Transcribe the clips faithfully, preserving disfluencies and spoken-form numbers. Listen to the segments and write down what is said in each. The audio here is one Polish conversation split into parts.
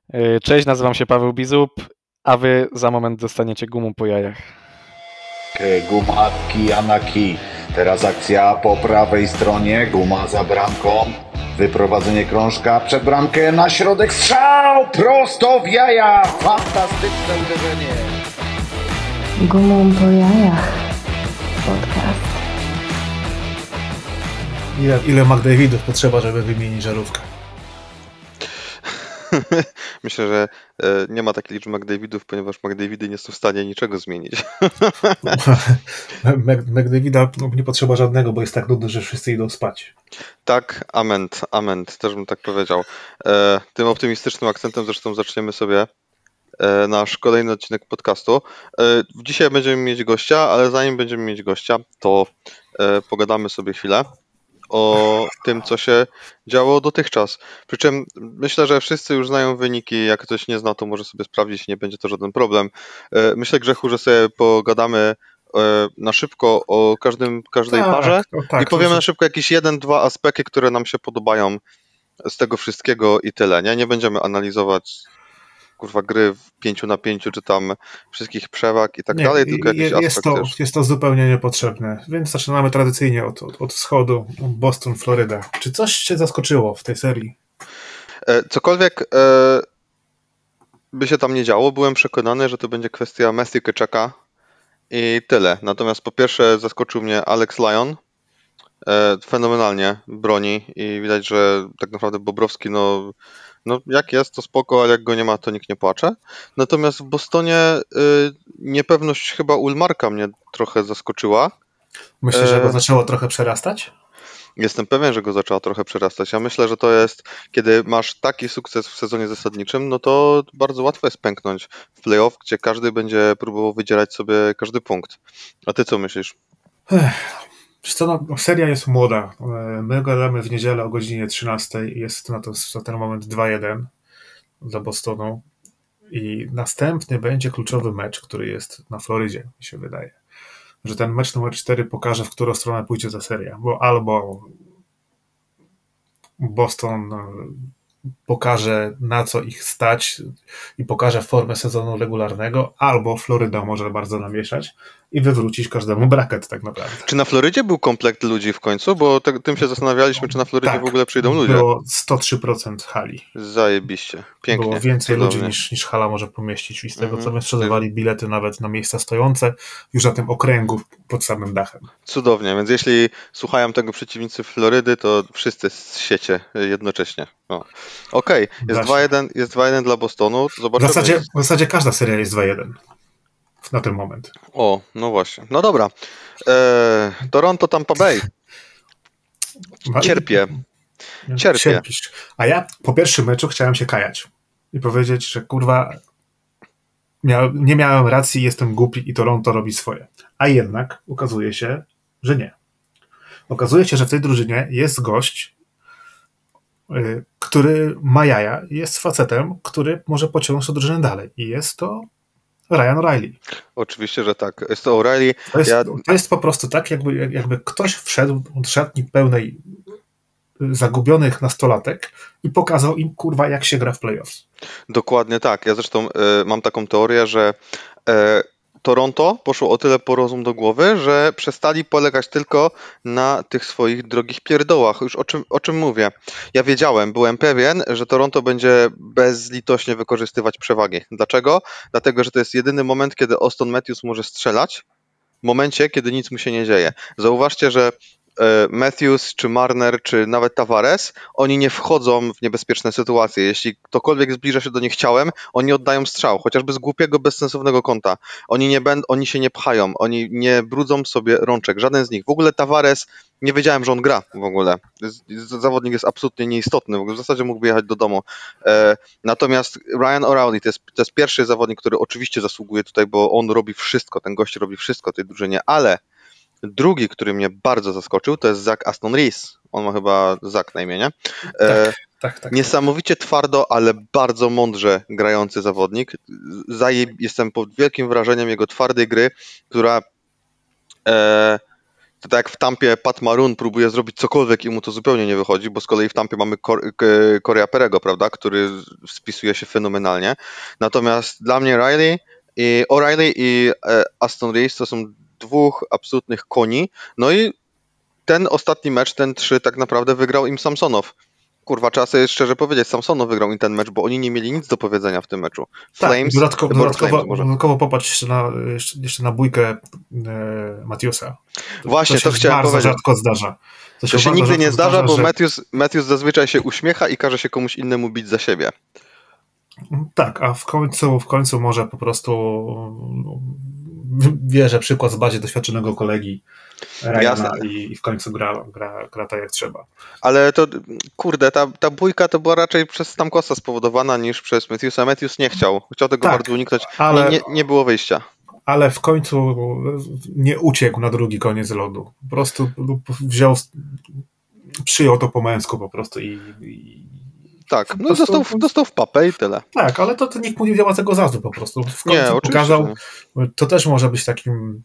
Yy, Cześć, nazywam się Paweł Bizub, a wy za moment dostaniecie gumą po jajach. Gumatki, Anaki. Teraz akcja po prawej stronie. Guma za bramką. Wyprowadzenie krążka przed bramkę na środek. Strzał prosto w jaja. Fantastyczne uderzenie. Gumą po jajach. Podcast. Ile, ile McDavidów potrzeba, żeby wymienić żarówkę? Myślę, że nie ma takiej liczby McDavidów, ponieważ McDavidy nie są w stanie niczego zmienić. McDavida nie potrzeba żadnego, bo jest tak nudny, że wszyscy idą spać. Tak, amen, amen, też bym tak powiedział. Tym optymistycznym akcentem zresztą zaczniemy sobie nasz kolejny odcinek podcastu. Dzisiaj będziemy mieć gościa, ale zanim będziemy mieć gościa, to pogadamy sobie chwilę o tym, co się działo dotychczas. Przy czym myślę, że wszyscy już znają wyniki. Jak ktoś nie zna, to może sobie sprawdzić, nie będzie to żaden problem. Myślę, Grzechu, że sobie pogadamy na szybko o każdym, każdej tak, parze tak, i powiemy na szybko jakieś jeden, dwa aspekty, które nam się podobają z tego wszystkiego i tyle. Nie, nie będziemy analizować kurwa gry w pięciu na pięciu, czy tam wszystkich przewag i tak nie, dalej, tylko jakiś jest aspekt to, też. Jest to zupełnie niepotrzebne, więc zaczynamy tradycyjnie od, od, od wschodu, Boston, Floryda. Czy coś cię zaskoczyło w tej serii? Cokolwiek e, by się tam nie działo, byłem przekonany, że to będzie kwestia Matthew Tkachuk'a i tyle. Natomiast po pierwsze zaskoczył mnie Alex Lyon, e, fenomenalnie broni i widać, że tak naprawdę Bobrovski, no No jak jest, to spoko, ale jak go nie ma, to nikt nie płacze. Natomiast w Bostonie y, niepewność chyba Ulmarka mnie trochę zaskoczyła. Myślisz, że go zaczęło trochę przerastać? Jestem pewien, że go zaczęła trochę przerastać. Ja myślę, że to jest, kiedy masz taki sukces w sezonie zasadniczym, no to bardzo łatwo jest pęknąć w playoff, gdzie każdy będzie próbował wydzierać sobie każdy punkt. A ty co myślisz? Ech. Co, no, seria jest młoda. My gadamy w niedzielę o godzinie trzynastej. Jest na, to, na ten moment dwa jeden dla Bostonu. I następny będzie kluczowy mecz, który jest na Florydzie, mi się wydaje. Że ten mecz numer cztery pokaże, w którą stronę pójdzie ta seria. Bo albo Boston pokaże, na co ich stać i pokaże formę sezonu regularnego, albo Floryda może bardzo namieszać i wywrócić każdemu braket tak naprawdę. Czy na Florydzie był komplekt ludzi w końcu? Bo te, tym się zastanawialiśmy, czy na Florydzie tak, w ogóle przyjdą ludzie. Było sto trzy procent hali. Zajebiście, pięknie. Było więcej cudownie. ludzi niż, niż hala może pomieścić i z tego, Mhm. co my sprzedawali bilety nawet na miejsca stojące, już na tym okręgu pod samym dachem. Cudownie, więc jeśli słuchają tego przeciwnicy Florydy, to wszyscy siecie jednocześnie. Okej, okay. Jest dwa jeden jest dwa jeden dla Bostonu. Zobaczymy. W zasadzie, w zasadzie każda seria jest dwa jeden na ten moment. O, no właśnie. No dobra. Eee, Toronto, Tampa Bay. Cierpię. Cierpię. Cierpisz. A ja po pierwszym meczu chciałem się kajać i powiedzieć, że kurwa miał, nie miałem racji, jestem głupi i Toronto robi swoje. A jednak okazuje się, że nie. Okazuje się, że w tej drużynie jest gość, yy, który ma jaja, jest facetem, który może pociągnąć tę drużynę dalej. I jest to Ryan O'Reilly. Oczywiście, że tak. Jest to O'Reilly. To jest, ja... to jest po prostu tak, jakby, jakby ktoś wszedł do szatni pełnej zagubionych nastolatek i pokazał im, kurwa, jak się gra w playoffs. Dokładnie tak. Ja zresztą y, mam taką teorię, że y, Toronto poszło o tyle po rozum do głowy, że przestali polegać tylko na tych swoich drogich pierdołach. Już o czym, o czym mówię? Ja wiedziałem, byłem pewien, że Toronto będzie bezlitośnie wykorzystywać przewagi. Dlaczego? Dlatego, że to jest jedyny moment, kiedy Auston Matthews może strzelać, w momencie, kiedy nic mu się nie dzieje. Zauważcie, że Matthews, czy Marner, czy nawet Tavares, oni nie wchodzą w niebezpieczne sytuacje. Jeśli ktokolwiek zbliża się do nich ciałem, oni oddają strzał, chociażby z głupiego, bezsensownego kąta. Oni, nie będ- oni się nie pchają, oni nie brudzą sobie rączek, żaden z nich. W ogóle Tavares, nie wiedziałem, że on gra w ogóle. Zawodnik jest absolutnie nieistotny, w ogóle w zasadzie mógłby jechać do domu. E, natomiast Ryan O'Reilly to jest, to jest pierwszy zawodnik, który oczywiście zasługuje tutaj, bo on robi wszystko, ten gość robi wszystko tej drużynie, ale drugi, który mnie bardzo zaskoczył, to jest Zach Aston Reese. On ma chyba Zach na imię, nie? E, tak, tak, tak. Niesamowicie twardo, ale bardzo mądrze grający zawodnik. Zaje, jestem pod wielkim wrażeniem jego twardej gry, która e, to tak jak w Tampie Pat Maroon próbuje zrobić cokolwiek i mu to zupełnie nie wychodzi, bo z kolei w Tampie mamy Corey Perego, prawda, który spisuje się fenomenalnie. Natomiast dla mnie Riley i O'Reilly i Aston Reeves to są dwóch absolutnych koni. No i ten ostatni mecz, ten trzy, tak naprawdę wygrał im Samsonow. Kurwa, trzeba sobie szczerze powiedzieć, Samsonow wygrał im ten mecz, bo oni nie mieli nic do powiedzenia w tym meczu. Flames, tak, dodatkowo, dodatkowo, Flames może. dodatkowo popatrz jeszcze na, jeszcze na bójkę e, Matthewsa. To, Właśnie, to, to się chciałem bardzo powiedzieć. rzadko zdarza. To się, to się nigdy nie zdarza, zdarza, bo że... Matthews, Matthews zazwyczaj się uśmiecha i każe się komuś innemu bić za siebie. Tak, a w końcu, w końcu może po prostu bierze przykład z bardziej doświadczonego kolegi Ryana i, i w końcu gra, gra, gra tak jak trzeba. Ale to, kurde, ta, ta bójka to była raczej przez Stamkosa spowodowana niż przez Matthewsa. Matthews nie chciał. Chciał tego tak, bardzo uniknąć. Ale... Nie, nie, nie było wyjścia. Ale w końcu nie uciekł na drugi koniec lodu. Po prostu wziął, przyjął to po męsku po prostu i... i tak, no prostu... dostał, dostał w papę i tyle. Tak, ale to, to nikt mu nie wziął tego za złe po prostu. W końcu nie, pokazał, to też może być takim,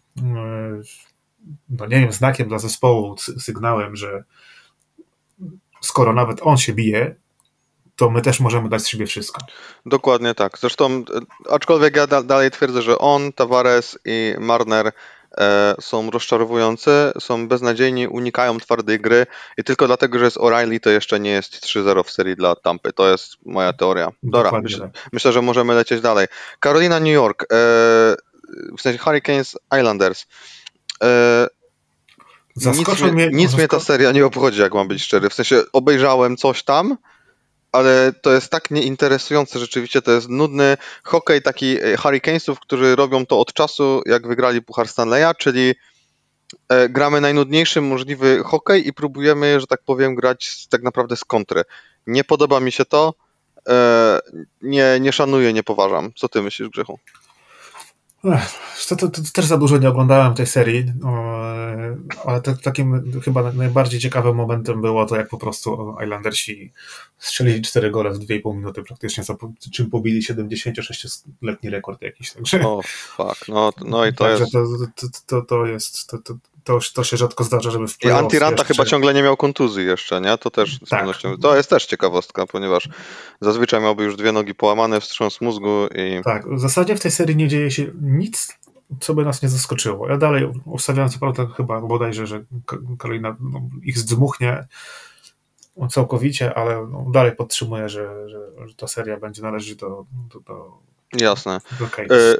no nie wiem, znakiem dla zespołu, sygnałem, że skoro nawet on się bije, to my też możemy dać z siebie wszystko. Dokładnie tak. Zresztą, aczkolwiek ja da, dalej twierdzę, że on, Tavares i Marner e, są rozczarowujący, są beznadziejni, unikają twardej gry i tylko dlatego, że jest O'Reilly, to jeszcze nie jest trzy zero w serii dla Tampy. To jest moja teoria. Dobra, myślę, tak. myślę, że możemy lecieć dalej. Carolina, New York, e, w sensie Hurricanes, Islanders. E, nic mnie, mnie, nic mnie ta seria nie obchodzi, jak mam być szczery. W sensie obejrzałem coś tam, ale to jest tak nieinteresujące rzeczywiście, to jest nudny hokej taki Hurricanesów, którzy robią to od czasu, jak wygrali Puchar Stanleya, czyli e, gramy najnudniejszy możliwy hokej i próbujemy, że tak powiem, grać tak naprawdę z kontry. Nie podoba mi się to, e, nie, nie szanuję, nie poważam. Co ty myślisz, Grzechu? To, to, to też za dużo nie oglądałem tej serii, ale to, takim chyba najbardziej ciekawym momentem było to, jak po prostu Islandersi strzelili cztery gole w dwie i pół minuty praktycznie, co, czym pobili siedemdziesięciosześcioletni rekord jakiś. Także, o, fuck, no, no i to także jest... To, to, to, to jest... To, to, to, to się rzadko zdarza, żeby w I Antiranta chyba ciągle nie miał kontuzji jeszcze, nie? To też tak. To jest też ciekawostka, ponieważ zazwyczaj miałby już dwie nogi połamane, wstrząs mózgu i... Tak, w zasadzie w tej serii nie dzieje się nic, co by nas nie zaskoczyło. Ja dalej obstawiam, co prawda chyba bodajże, że Karolina no, ich zdmuchnie całkowicie, ale no, dalej podtrzymuję, że, że, że ta seria będzie należeć do, do, do Jasne. Do Canes.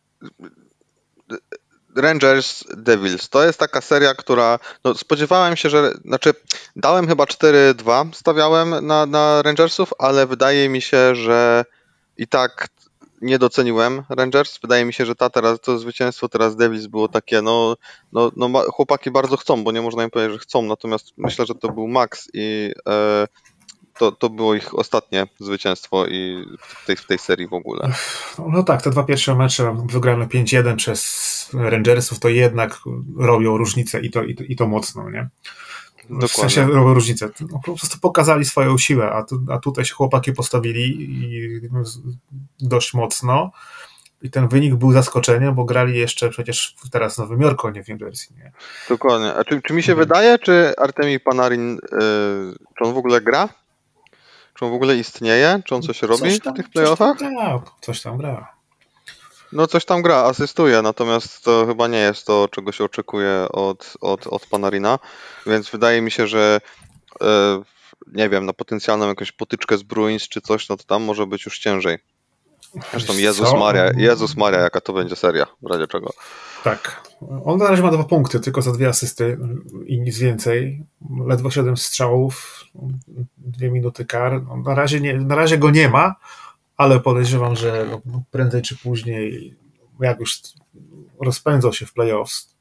Rangers Devils. To jest taka seria, która no, spodziewałem się, że znaczy dałem chyba cztery dwa, stawiałem na, na Rangersów, ale wydaje mi się, że i tak nie doceniłem Rangers. Wydaje mi się, że ta teraz, to zwycięstwo teraz Devils było takie, no, no, no chłopaki bardzo chcą, bo nie można im powiedzieć, że chcą, natomiast myślę, że to był maks i e, to, to było ich ostatnie zwycięstwo i w tej, w tej serii w ogóle. No tak, te dwa pierwsze mecze wygrane pięć jeden przez Rangersów, to jednak robią różnicę i to, i to, i to mocno, nie? Dokładnie. W sensie robią różnicę. No, po prostu pokazali swoją siłę, a, tu, a tutaj się chłopaki postawili i dość mocno i ten wynik był zaskoczeniem, bo grali jeszcze przecież teraz w Nowym Jorku, a nie w New Jersey, nie? Dokładnie. A czy, czy mi się wydaje, czy Artemi Panarin, yy, czy on w ogóle gra? Czy on w ogóle istnieje? Czy on coś robi tam, w tych playoffach? Coś tam gra. Coś tam gra. No coś tam gra, asystuje, natomiast to chyba nie jest to, czego się oczekuje od, od, od Panarina, więc wydaje mi się, że yy, nie wiem, na potencjalną jakąś potyczkę z Bruins czy coś, no to tam może być już ciężej. Zresztą Jezus Co? Maria, Jezus Maria, jaka to będzie seria, w razie czego. Tak. On na razie ma dwa punkty, tylko za dwie asysty i nic więcej. Ledwo siedem strzałów, dwie minuty kar. Na razie, nie, na razie go nie ma, ale podejrzewam, że prędzej czy później, jak już rozpędzał się w playoffs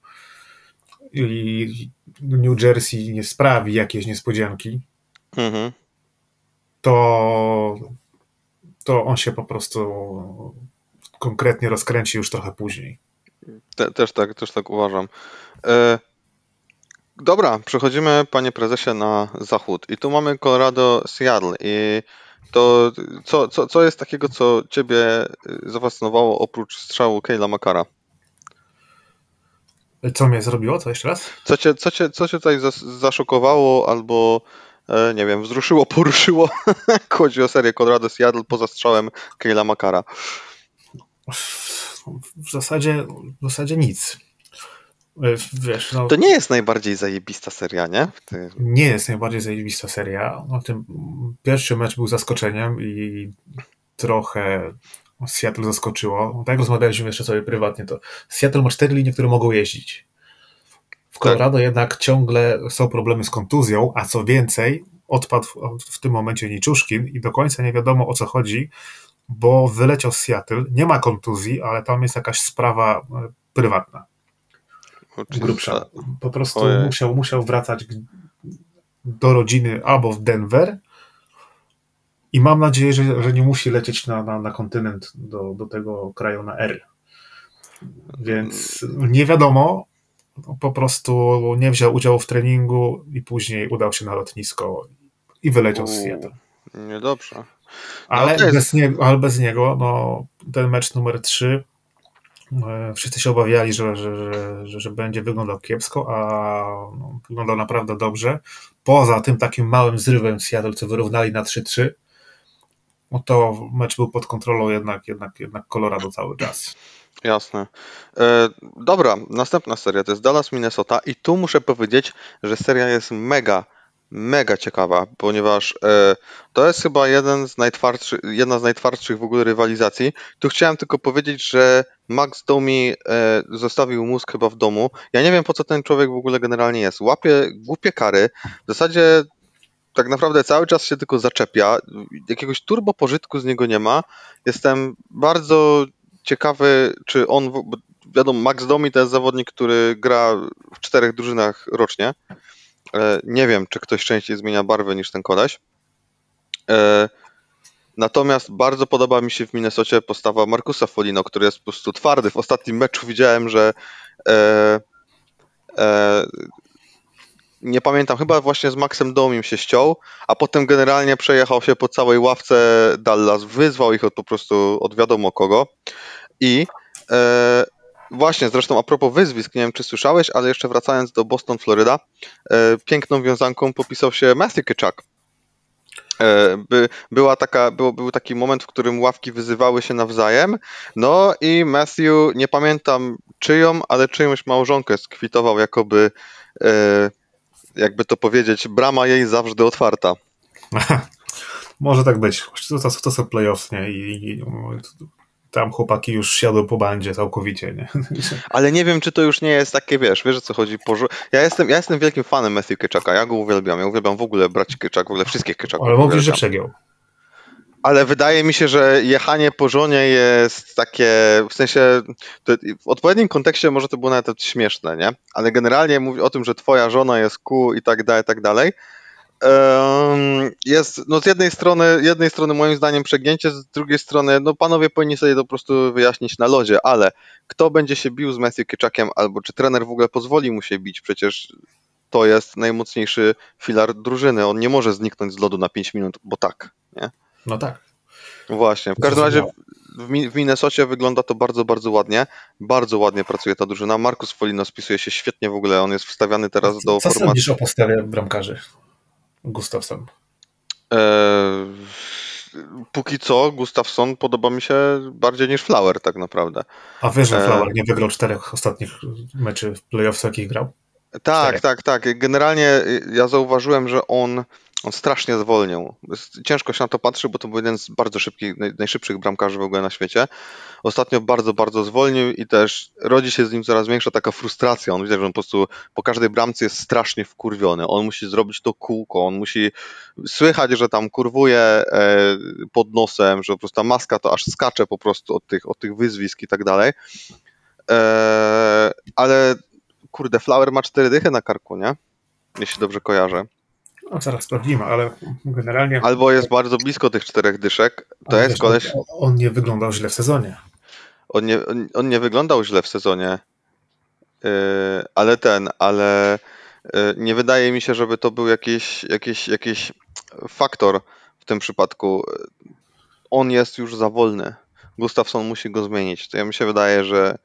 i New Jersey nie sprawi jakieś niespodzianki, Mhm. to, to on się po prostu konkretnie rozkręci już trochę później. Te, też, tak, też tak uważam. E, dobra, przechodzimy, panie prezesie, na zachód. I tu mamy Colorado, Seattle. I to co, co, co jest takiego, co ciebie zafascynowało oprócz strzału Cale'a Makara? Co mnie zrobiło? Co jeszcze raz? Co cię, co cię, co cię tutaj zas- zaszokowało albo, e, nie wiem, wzruszyło, poruszyło? Chodzi o serię Colorado Seattle poza strzałem Kayla Makara. W zasadzie, w zasadzie nic. Wiesz, no, To nie jest najbardziej zajebista seria, nie? Ty... nie jest najbardziej zajebista seria. No, tym pierwszy mecz był zaskoczeniem i trochę Seattle zaskoczyło. Tak jak rozmawialiśmy jeszcze sobie prywatnie, to Seattle ma cztery linie, które mogą jeździć. W Colorado tak. Jednak ciągle są problemy z kontuzją, a co więcej, odpadł w tym momencie Niczuszkin i do końca nie wiadomo, o co chodzi, bo wyleciał z Seattle. Nie ma kontuzji, ale tam jest jakaś sprawa prywatna. Grubsza. Po prostu musiał, musiał wracać do rodziny albo w Denver i mam nadzieję, że, że nie musi lecieć na, na, na kontynent do, do tego kraju na R. Więc nie wiadomo, po prostu nie wziął udziału w treningu i później udał się na lotnisko i wyleciał z Seattle. Niedobrze. No ale, okay. bez niego, ale bez niego no, ten mecz numer trzy wszyscy się obawiali, że, że, że, że będzie wyglądał kiepsko, a no, wyglądał naprawdę dobrze. Poza tym takim małym zrywem Seattle, co wyrównali na trzy trzy, no to mecz był pod kontrolą jednak, jednak, jednak Colorado cały czas. Jasne. E, dobra, następna seria to jest Dallas, Minnesota i tu muszę powiedzieć, że seria jest mega, mega ciekawa, ponieważ e, to jest chyba jeden z najtwardszych, jedna z najtwardszych w ogóle rywalizacji. Tu chciałem tylko powiedzieć, że Max Domi e, zostawił mózg chyba w domu. Ja nie wiem, po co ten człowiek w ogóle generalnie jest. Łapie głupie kary. W zasadzie tak naprawdę cały czas się tylko zaczepia. Jakiegoś turbo pożytku z niego nie ma. Jestem bardzo ciekawy, czy on, wiadomo, Max Domi to jest zawodnik, który gra w czterech drużynach rocznie. Nie wiem, czy ktoś częściej zmienia barwę niż ten koleś. Natomiast bardzo podoba mi się w Minnesocie postawa Marcusa Foligno, który jest po prostu twardy. W ostatnim meczu widziałem, że e, e, nie pamiętam, chyba właśnie z Maxem Domim się ściął, a potem generalnie przejechał się po całej ławce Dallas, wyzwał ich od po prostu od wiadomo kogo. I e, właśnie, zresztą a propos wyzwisk, nie wiem czy słyszałeś, ale jeszcze wracając do Boston, Floryda, e, piękną wiązanką popisał się Matthew Tkachuk. E, by, była taka, był, był taki moment, w którym ławki wyzywały się nawzajem, no i Matthew, nie pamiętam czyją, ale czyjąś małżonkę skwitował, jakoby e, jakby to powiedzieć, brama jej zawsze otwarta. Może tak być. To, to, to są play-offs, nie? I, i tam chłopaki już siadły po bandzie całkowicie, nie? Ale nie wiem, czy to już nie jest takie, wiesz, wiesz o co chodzi. Ja jestem, ja jestem wielkim fanem Matthew Tkachuka, ja go uwielbiam. Ja uwielbiam w ogóle braci Tkachuk, w ogóle wszystkich Tkachuków. Ale mówisz, że przegiął. Ale wydaje mi się, że jechanie po żonie jest takie, w sensie, to w odpowiednim kontekście może to było nawet śmieszne, nie? Ale generalnie mówi o tym, że twoja żona jest cool i tak dalej, i tak dalej. Jest, no z jednej strony, jednej strony moim zdaniem przegięcie, z drugiej strony, no panowie powinni sobie to po prostu wyjaśnić na lodzie, ale kto będzie się bił z Matthew Tkachukiem, albo czy trener w ogóle pozwoli mu się bić, przecież to jest najmocniejszy filar drużyny, on nie może zniknąć z lodu na pięć minut, bo tak, nie? No tak. Właśnie, w każdym razie w, Mi- w Minnesocie wygląda to bardzo, bardzo ładnie. Bardzo ładnie pracuje ta drużyna. Marcus Foligno spisuje się świetnie w ogóle. On jest wstawiany teraz do Co formacji. Co sądzisz o postawie bramkarzy? Gustafsson. Eee, póki co Gustafsson podoba mi się bardziej niż Flower tak naprawdę. A wiesz, że Eee, Flower nie wygrał czterech ostatnich meczy w playoffs, jakich grał? Tak, Czterech. tak, tak. Generalnie ja zauważyłem, że on, on strasznie zwolnił. Ciężko się na to patrzy, bo to był jeden z bardzo szybkich, naj, najszybszych bramkarzy w ogóle na świecie. Ostatnio bardzo, bardzo zwolnił i też rodzi się z nim coraz większa taka frustracja. On widzi, że on po prostu po każdej bramce jest strasznie wkurwiony. On musi zrobić to kółko, on musi słychać, że tam kurwuje e, pod nosem, że po prostu ta maska to aż skacze po prostu od tych, od tych wyzwisk i tak dalej. E, ale kurde, Flower ma cztery dychy na karku, nie? Jeśli dobrze kojarzę. No zaraz sprawdzimy, ale generalnie... Albo jest bardzo blisko tych czterech dyszek. To ale jest wiesz, koleś... On, on nie wyglądał źle w sezonie. On nie, on, on nie wyglądał źle w sezonie. Yy, ale ten, ale yy, nie wydaje mi się, żeby to był jakiś, jakiś, jakiś faktor w tym przypadku. On jest już za wolny. Gustafsson musi go zmienić. To ja mi się wydaje, że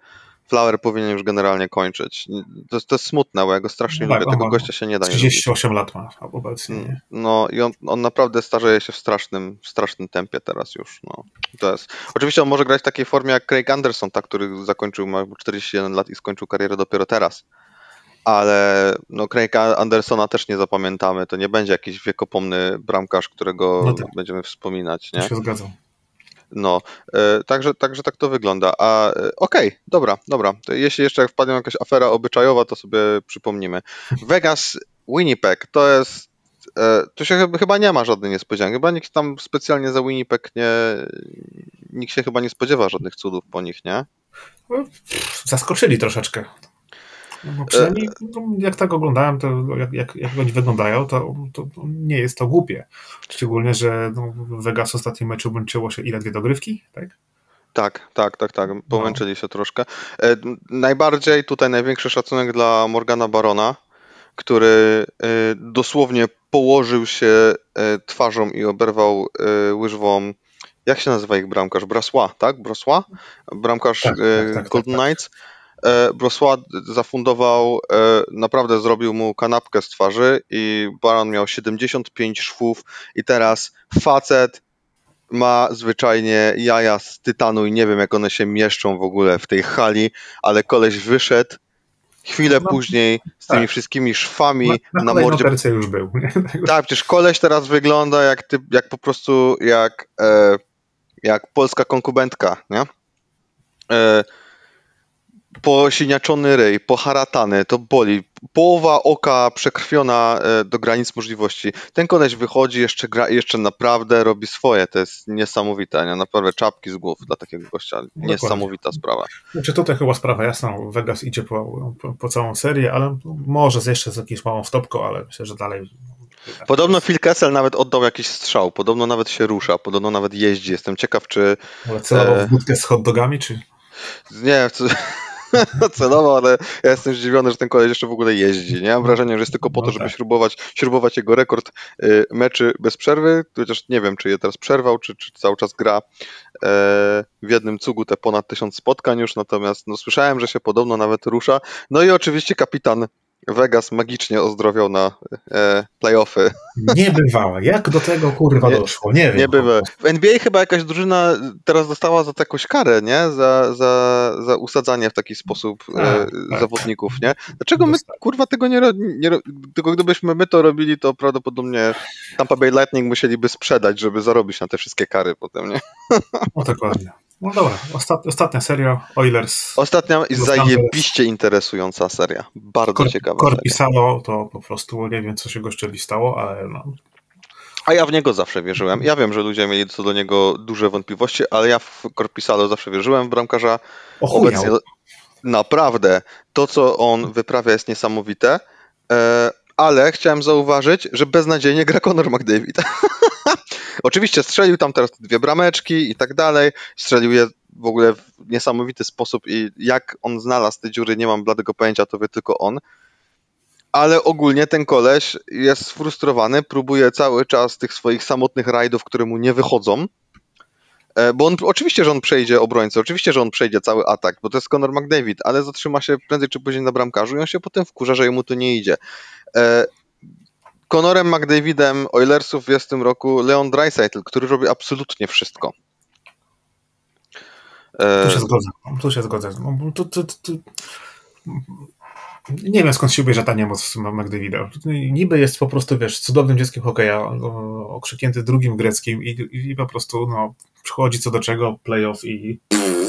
Flower powinien już generalnie kończyć. To, to jest smutne, bo ja go strasznie Tak, lubię. Tego gościa się nie da nie trzydzieści osiem lat ma obecnie. Nie? No i on, on naprawdę starzeje się w strasznym, w strasznym tempie teraz już. No. To jest. Oczywiście on może grać w takiej formie jak Craig Anderson, tak, który zakończył, ma czterdzieści jeden lat i skończył karierę dopiero teraz. Ale no Craiga Andersona też nie zapamiętamy. To nie będzie jakiś wiekopomny bramkarz, którego No tak. będziemy wspominać. Nie? To się zgadzam. No, e, także, także tak to wygląda. A e, okej, okay, dobra, dobra. To jeśli jeszcze wpadnie jakaś afera obyczajowa, to sobie przypomnimy. Vegas, Winnipeg, to jest. E, tu się chyba, chyba nie ma żadnej niespodzianki. Chyba nikt tam specjalnie za Winnipeg nie. Nikt się chyba nie spodziewa żadnych cudów po nich, nie? Zaskoczyli troszeczkę. No przynajmniej no, jak tak oglądałem, to jak, jak, jak oni wyglądają, to, to, to nie jest to głupie. Szczególnie, że no, Vegas w ostatnim meczu męczyło się ile? Dwie dogrywki? Tak? Tak, tak, tak, tak. Pomęczyli się troszkę. E, najbardziej tutaj największy szacunek dla Morgana Barona, który e, dosłownie położył się e, twarzą i oberwał e, łyżwą. Jak się nazywa ich bramkarz? Brassois, tak? Brassois? Bramkarz tak, e, tak, tak, Golden tak, tak. Knights. Brossois zafundował, naprawdę zrobił mu kanapkę z twarzy i Baron miał siedemdziesiąt pięć szwów i teraz facet ma zwyczajnie jaja z tytanu i nie wiem jak one się mieszczą w ogóle w tej hali, ale koleś wyszedł chwilę no, później z tymi tak. wszystkimi szwami na, na, na mordzie. Na już był. Tak, przecież koleś teraz wygląda jak, ty, jak po prostu jak, e, jak polska konkubentka, nie? E, Posiniaczony ryj, poharatany, to boli. Połowa oka przekrwiona do granic możliwości. Ten koleś wychodzi, jeszcze gra, jeszcze naprawdę robi swoje. To jest niesamowite, nie? Naprawdę czapki z głów dla takiego gościa. Niesamowita sprawa. Znaczy tutaj chyba sprawa jasna. Vegas idzie po, po, po całą serię, ale może jeszcze z jakimś małą stopką, ale myślę, że dalej... Podobno Phil Kessel nawet oddał jakiś strzał. Podobno nawet się rusza. Podobno nawet jeździ. Jestem ciekaw, czy... Ale celował w budkę z hot dogami, czy... Nie, co... celowo, ale ja jestem zdziwiony, że ten koleś jeszcze w ogóle jeździ. Nie mam wrażenia, że jest tylko po to, żeby no tak. śrubować, śrubować jego rekord y, meczy bez przerwy, chociaż nie wiem, czy je teraz przerwał, czy, czy cały czas gra e, w jednym cugu te ponad tysiąc spotkań już, natomiast no, słyszałem, że się podobno nawet rusza. No i oczywiście kapitan Vegas magicznie ozdrowiał na e, playoffy. Niebywałe. Jak do tego kurwa nie, doszło? Nie wiem. Nie bywa. W N B A chyba jakaś drużyna teraz dostała za to jakąś karę, nie? Za, za, za usadzanie w taki sposób a, e, tak, zawodników, nie? Dlaczego my kurwa tego nie, nie tylko gdybyśmy my to robili, to prawdopodobnie Tampa Bay Lightning musieliby sprzedać, żeby zarobić na te wszystkie kary potem, nie? No dokładnie. No dobra, Ostat, ostatnia seria, Oilers. Ostatnia i zajebiście interesująca seria. Bardzo Kor, ciekawa Korpisalo, to po prostu nie wiem, co się gościowi stało, ale no. A ja w niego zawsze wierzyłem. Ja wiem, że ludzie mieli co do niego duże wątpliwości, ale ja w Korpisalo zawsze wierzyłem w bramkarza. Ochujał. Obecnie naprawdę to, co on wyprawia, jest niesamowite, ale chciałem zauważyć, że beznadziejnie gra Connor McDavid. Oczywiście strzelił tam teraz dwie brameczki i tak dalej, strzelił je w ogóle w niesamowity sposób i jak on znalazł te dziury, nie mam bladego pojęcia, to wie tylko on. Ale ogólnie ten koleś jest sfrustrowany, próbuje cały czas tych swoich samotnych rajdów, które mu nie wychodzą, bo on, oczywiście, że on przejdzie obrońcę, oczywiście, że on przejdzie cały atak, bo to jest Connor McDavid, ale zatrzyma się prędzej czy później na bramkarzu i on się potem wkurza, że jemu to nie idzie. Connorem McDavidem Oilersów jest w tym roku Leon Draisaitl, który robi absolutnie wszystko. Tu się zgodzę. Tu się zgodzę. Tu, tu, tu. Nie wiem, skąd się bierze ta niemoc McDavida. Niby jest po prostu, wiesz, cudownym dzieckiem hokeja, okrzyknięty drugim greckim i, i, i po prostu no, przychodzi co do czego, playoff i...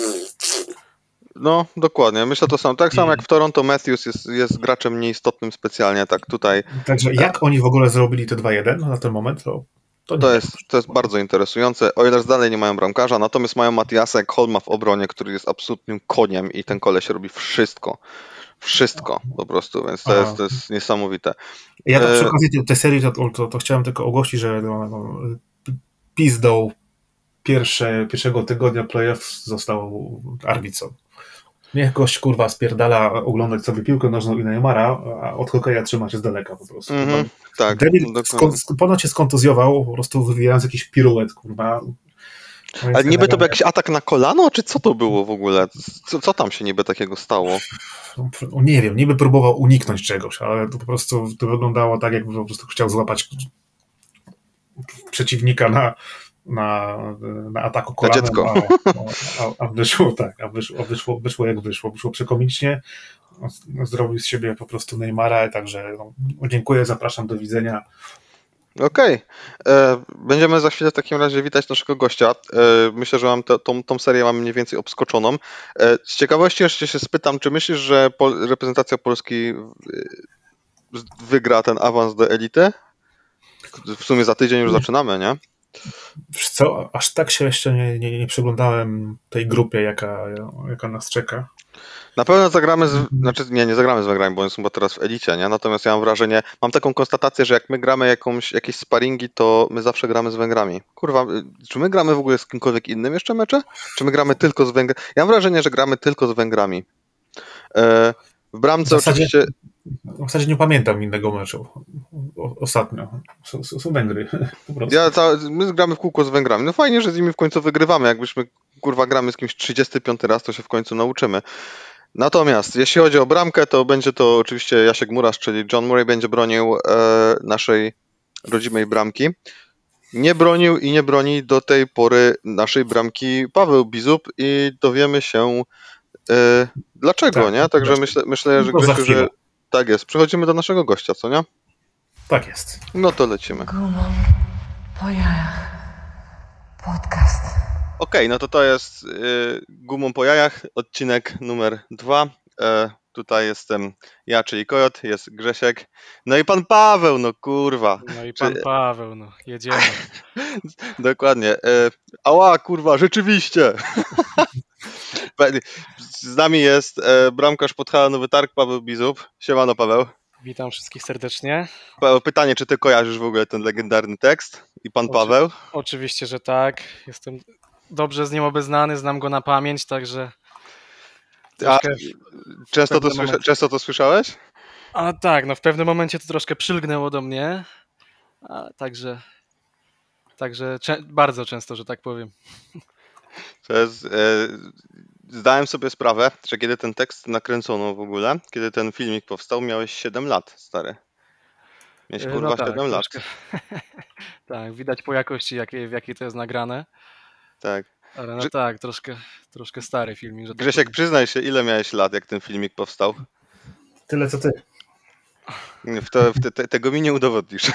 No, dokładnie. Myślę to samo. Tak samo jak w Toronto Matthews jest, jest graczem nieistotnym specjalnie, tak tutaj. Także jak oni w ogóle zrobili te dwa jeden na ten moment, to to, to, jest, to jest bardzo interesujące. Oilers dalej nie mają bramkarza, natomiast mają Matiasa Ekholma w obronie, który jest absolutnym koniem i ten koleś robi wszystko. Wszystko po prostu, więc to jest, to jest niesamowite. Ja tak przy okazji tej serii to, to, to chciałem tylko ogłosić, że no, no, pizdą pierwsze, pierwszego tygodnia playoff został arbitrom. Niech gość kurwa spierdala oglądać sobie piłkę nożną i Neymara, a od hokeja trzyma się z daleka po prostu. Mm-hmm, tak. Debil skon, ponoć się skontuzjował, po prostu wywijając jakiś piruet, kurwa. Ale niby to był jakiś atak na kolano, czy co to było w ogóle? Co, co tam się niby takiego stało? No, nie wiem, niby próbował uniknąć czegoś, ale to po prostu to wyglądało tak, jakby po prostu chciał złapać przeciwnika na, na, na ataku kolanem, Na dziecko. A, a, a wyszło tak, a wyszło, wyszło, wyszło jak wyszło. Wyszło przekomicznie, zrobił z siebie po prostu Neymara, także no, dziękuję, zapraszam, do widzenia. Okej. Okay. Będziemy za chwilę w takim razie witać naszego gościa. E, myślę, że mam te, tą, tą serię mam mniej więcej obskoczoną. E, z ciekawości jeszcze się spytam, czy myślisz, że Pol- reprezentacja Polski wygra ten awans do elity? W sumie za tydzień już zaczynamy, nie? Wiesz co, aż tak się jeszcze nie, nie, nie przyglądałem tej grupie, jaka, jaka nas czeka. Na pewno zagramy z... Znaczy nie, nie zagramy z Węgrami, bo oni są chyba teraz w elicie, nie? Natomiast ja mam wrażenie, mam taką konstatację, że jak my gramy jakąś, jakieś sparingi, to my zawsze gramy z Węgrami. Kurwa, czy my gramy w ogóle z kimkolwiek innym jeszcze mecze? Czy my gramy tylko z Węgrami? Ja mam wrażenie, że gramy tylko z Węgrami. E, w bramce w zasadzie, oczywiście... W zasadzie nie pamiętam innego meczu o, ostatnio. Są, są Węgry. Po prostu. Ja ca... My gramy w kółko z Węgrami. No fajnie, że z nimi w końcu wygrywamy. Jakbyśmy, kurwa, gramy z kimś trzydziesty piąty raz, to się w końcu nauczymy. Natomiast jeśli chodzi o bramkę, to będzie to oczywiście Jasiek Murasz, czyli John Murray będzie bronił e, naszej rodzimej bramki. Nie bronił i nie broni do tej pory naszej bramki Paweł Bizub i dowiemy się e, dlaczego, tak, nie? Także myślę, myślę że, Grzesiu, że tak jest. Przechodzimy do naszego gościa, co nie? Tak jest. No to lecimy. Gumą po jajach. Podcast. Okej, okay, no to to jest y, Gumą po jajach, odcinek numer dwa. E, tutaj jestem ja, czyli Kojot, jest Grzesiek. No i pan Paweł, no kurwa. No i pan Czy... Paweł, no jedziemy. Dokładnie. E, ała, kurwa, rzeczywiście. Z nami jest e, bramkarz Podhala Nowy Targ, Paweł Bizub. Siemano, Paweł. Witam wszystkich serdecznie. Paweł, pytanie, czy ty kojarzysz w ogóle ten legendarny tekst i pan Oczy... Paweł? Oczywiście, że tak. Jestem dobrze z nim obeznany, znam go na pamięć, także... A często to, słysza... często to słyszałeś? A tak, no w pewnym momencie to troszkę przylgnęło do mnie, a także, także cze... bardzo często, że tak powiem. To jest, e... Zdałem sobie sprawę, że kiedy ten tekst nakręcono w ogóle, kiedy ten filmik powstał, miałeś siedem lat, stary. Miałeś kurwa no tak, siedem lat. Tak, widać po jakości, jakiej, w jakiej to jest nagrane. Tak. Ale no Grze... tak, troszkę, troszkę stary filmik. Że Grzesiek, tak przyznaj się, ile miałeś lat, jak ten filmik powstał? Tyle, co ty. W to, w te, te, tego mi nie udowodnisz.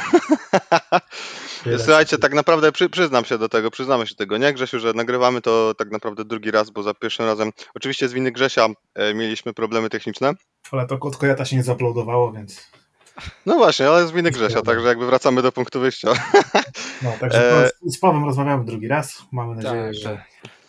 Słuchajcie, tak naprawdę przy, przyznam się do tego, przyznamy się tego, nie Grzesiu, że nagrywamy to tak naprawdę drugi raz, bo za pierwszym razem, oczywiście z winy Grzesia e, mieliśmy problemy techniczne. Ale to od Kojata się nie zaploadowało, więc... No właśnie, ale z winy Grzesia, także jakby wracamy do punktu wyjścia. No, także e... z Pawłem rozmawiamy drugi raz, mamy nadzieję, tak, że...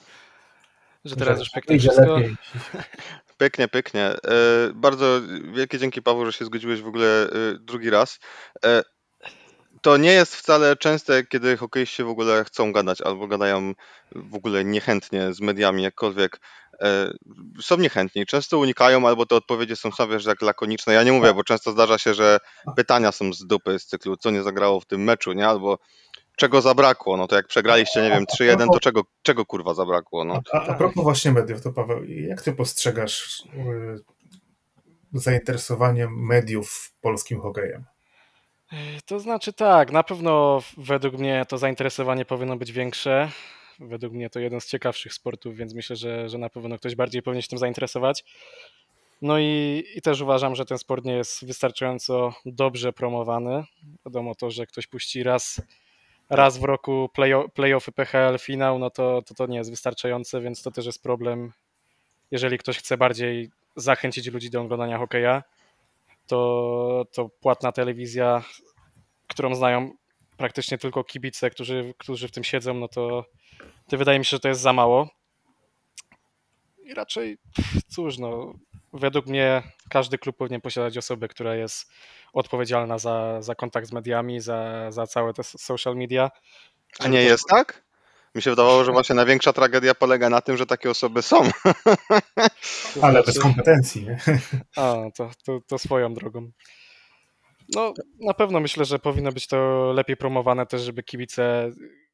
Że teraz już pięknie wszystko... Lepiej. Pięknie, pięknie. E, bardzo wielkie dzięki, Paweł, że się zgodziłeś w ogóle e, drugi raz. E, to nie jest wcale częste, kiedy hokeiści w ogóle chcą gadać albo gadają w ogóle niechętnie z mediami, jakkolwiek. E, są niechętni, często unikają albo te odpowiedzi są sobie jak lakoniczne. Ja nie mówię, bo często zdarza się, że pytania są z dupy z cyklu, co nie zagrało w tym meczu, nie? Albo czego zabrakło, no to jak przegraliście, nie wiem, trzy jeden, to czego, czego kurwa zabrakło, no. A, a propos właśnie mediów, to Paweł, jak ty postrzegasz y, zainteresowanie mediów polskim hokejem? To znaczy tak, na pewno według mnie to zainteresowanie powinno być większe. Według mnie to jeden z ciekawszych sportów, więc myślę, że, że na pewno ktoś bardziej powinien się tym zainteresować. No i, i też uważam, że ten sport nie jest wystarczająco dobrze promowany. Wiadomo to, że ktoś puści raz raz w roku play, playoffy P H L, finał, no to, to to nie jest wystarczające, więc to też jest problem. Jeżeli ktoś chce bardziej zachęcić ludzi do oglądania hokeja, to, to płatna telewizja, którą znają praktycznie tylko kibice, którzy, którzy w tym siedzą, no to, to wydaje mi się, że to jest za mało. I raczej, cóż, no, według mnie każdy klub powinien posiadać osobę, która jest odpowiedzialna za, za kontakt z mediami, za, za całe te social media. A nie jest tak? Mi się wydawało, że właśnie największa tragedia polega na tym, że takie osoby są. Ale bez kompetencji, nie? A, to, to, to swoją drogą. No, na pewno myślę, że powinno być to lepiej promowane też, żeby kibice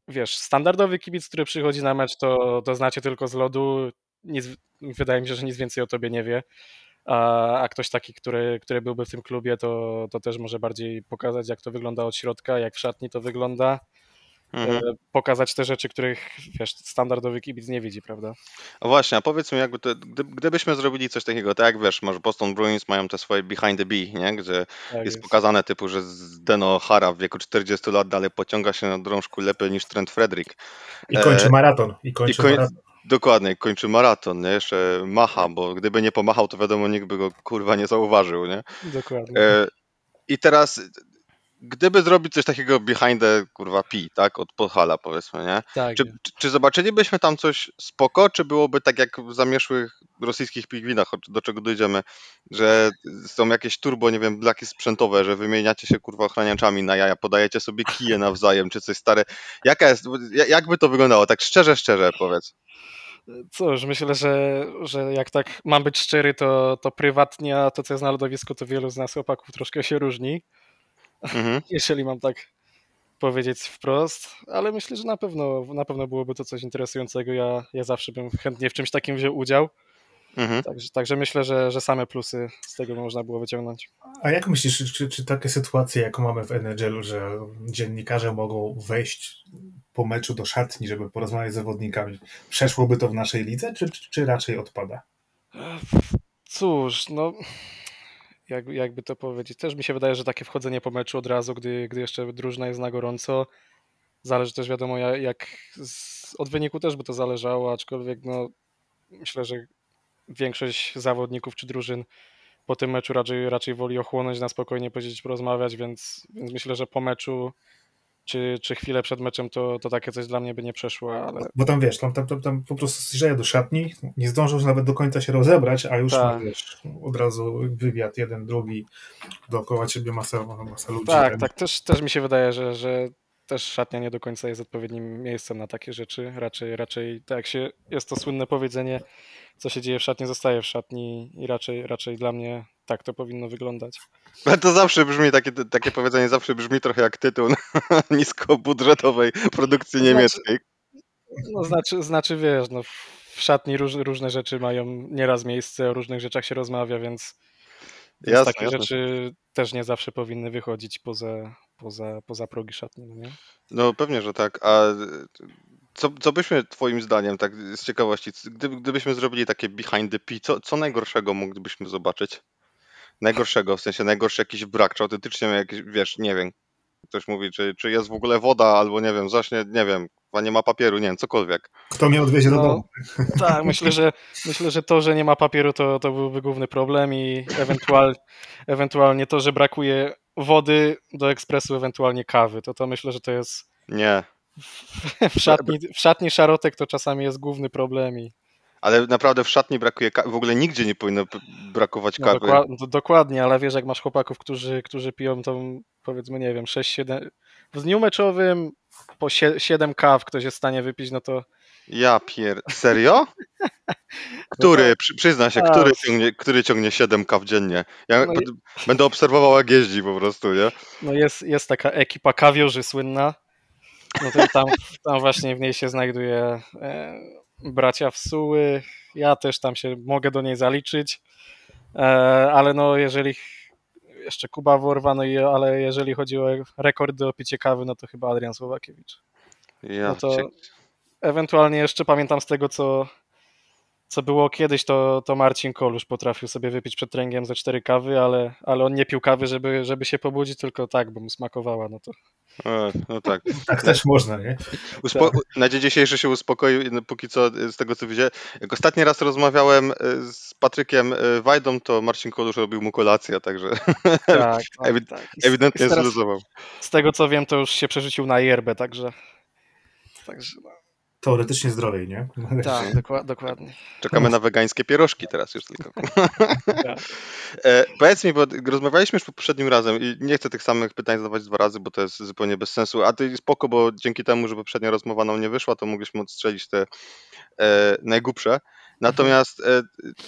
wiesz, standardowy kibic, który przychodzi na mecz, to, to znacie tylko z lodu, nic, wydaje mi się, że nic więcej o tobie nie wie, a, a ktoś taki, który, który byłby w tym klubie, to, to też może bardziej pokazać, jak to wygląda od środka, jak w szatni to wygląda, Mhm. e, pokazać te rzeczy, których, wiesz, standardowy kibic nie widzi, prawda? A właśnie, a powiedz mi, jakby to, gdy, gdybyśmy zrobili coś takiego, tak jak wiesz, masz Boston Bruins mają te swoje behind the bee, nie? Gdzie Tak jest jest. pokazane typu, że Zdeno Chara w wieku czterdziestu lat dalej pociąga się na drążku lepiej niż Trent Frederick. I kończy E, maraton. I I kończy koń, maraton. dokładnie, kończy maraton, nie? Jeszcze macha, bo gdyby nie pomachał, to wiadomo, nikt by go kurwa nie zauważył, nie? Dokładnie. E, I teraz, gdyby zrobić coś takiego behind the kurwa P, tak? Od Podhala, powiedzmy, nie? Tak Czy, jest. czy, czy zobaczylibyśmy tam coś spoko, czy byłoby tak jak w zamieszłych rosyjskich pingwinach, do czego dojdziemy, że są jakieś turbo, nie wiem, blaki sprzętowe, że wymieniacie się kurwa ochraniaczami na jaja, podajecie sobie kije nawzajem, czy coś stare. Jaka jest, jak by to wyglądało? Tak szczerze, szczerze powiedz. Cóż, myślę, że, że jak tak mam być szczery, to, to prywatnie, a to co jest na lodowisku, to wielu z nas chłopaków troszkę się różni, Mhm. jeżeli mam tak powiedzieć wprost, ale myślę, że na pewno, na pewno byłoby to coś interesującego. Ja, ja zawsze bym chętnie w czymś takim wziął udział, Mhm. także, także myślę, że, że same plusy z tego można było wyciągnąć. A jak myślisz, czy, czy, czy takie sytuacje, jaką mamy w N H L-u, że dziennikarze mogą wejść po meczu do szatni, żeby porozmawiać z zawodnikami, przeszłoby to w naszej lidze, czy, czy raczej odpada? Cóż, no jak, jakby to powiedzieć, też mi się wydaje, że takie wchodzenie po meczu od razu, gdy, gdy jeszcze drużyna jest na gorąco, zależy też wiadomo jak, jak z, od wyniku też by to zależało, aczkolwiek no myślę, że większość zawodników czy drużyn po tym meczu raczej, raczej woli ochłonąć, na spokojnie posiedzieć, porozmawiać, więc, więc myślę, że po meczu czy, czy chwilę przed meczem to, to takie coś dla mnie by nie przeszło, ale Bo tam wiesz, tam, tam, tam, tam po prostu zjeżdżają do szatni, nie zdążą nawet do końca się rozebrać, a już Tak. ma, wiesz, od razu wywiad, jeden, drugi, dookoła ciebie masa, masa ludzi. tak, tak, też, też mi się wydaje, że, że też szatnia nie do końca jest odpowiednim miejscem na takie rzeczy, raczej, raczej tak jak się, jest to słynne powiedzenie, co się dzieje w szatni, zostaje w szatni i raczej, raczej dla mnie tak to powinno wyglądać. Ale to zawsze brzmi, takie, takie powiedzenie zawsze brzmi trochę jak tytuł niskobudżetowej produkcji Znaczy- niemieckiej. No znaczy, znaczy wiesz, no w szatni róż, różne rzeczy mają nieraz miejsce, o różnych rzeczach się rozmawia, więc, więc Jasne, takie jasne. rzeczy też nie zawsze powinny wychodzić poza, poza, poza progi szatni, no nie? No pewnie, że tak. A co, co byśmy twoim zdaniem, tak z ciekawości, gdyby, gdybyśmy zrobili takie behind the P, co, co najgorszego moglibyśmy zobaczyć? Najgorszego, w sensie najgorszy jakiś brak, czy autentycznie jakiś, wiesz, nie wiem, ktoś mówi, czy, czy jest w ogóle woda, albo nie wiem, zaśnie, nie wiem, chyba nie ma papieru, nie wiem, cokolwiek. Kto mnie odwiezie do No, domu? tak, myślę, że myślę, że to, że nie ma papieru, to, to byłby główny problem i ewentual, ewentualnie to, że brakuje wody do ekspresu, ewentualnie kawy, to to myślę, że to jest Nie, w szatni, w szatni szarotek to czasami jest główny problem i ale naprawdę w szatni brakuje kawy, w ogóle nigdzie nie powinno p- brakować no, kawy. dokład, do, dokładnie, ale wiesz, jak masz chłopaków, którzy, którzy piją tą, powiedzmy, nie wiem, sześć siedem w dniu meczowym po siedem kaw ktoś jest w stanie wypić, no to Ja pier... Serio? Który, No to- przy, przyzna się, a, który ciągnie, który ciągnie siedem kaw dziennie? Ja No i- pod- będę obserwował, jak jeździ po prostu, nie? no jest, jest taka ekipa kawiorzy słynna, no to tam, tam właśnie w niej się znajduje e, bracia Wsuły, ja też tam się mogę do niej zaliczyć, e, ale no jeżeli jeszcze Kuba Worwa, no i ale jeżeli chodzi o rekordy o picie kawy, no to chyba Adrian Słowakiewicz. Ja, No to cie- ewentualnie jeszcze pamiętam z tego, co, co było kiedyś, to, to Marcin Kolusz potrafił sobie wypić przed treningiem ze cztery kawy, ale, ale on nie pił kawy, żeby, żeby się pobudzić, tylko tak, bo mu smakowała. No to e, no tak. Tak też można, nie? Uspo- na dzień dzisiejszy się uspokoił, no, póki co z tego co widzę. Jak ostatni raz rozmawiałem e, z Patrykiem e, Wajdą, to Marcin Kolusz robił mu kolację, także tak, Ewi- tak, tak. I z- ewidentnie i teraz, zluzował. z tego co wiem, to już się przerzucił na yerbę, także, także no, Teoretycznie zdrowiej, nie? tak, dokła- dokładnie. Czekamy na wegańskie pierożki teraz już tylko. Tak. E, powiedz mi, bo rozmawialiśmy już poprzednim razem i nie chcę tych samych pytań zadawać dwa razy, bo to jest zupełnie bez sensu, a ty spoko, bo dzięki temu, że poprzednia rozmowa nam nie wyszła, to mogliśmy odstrzelić te e, najgłupsze. Natomiast e,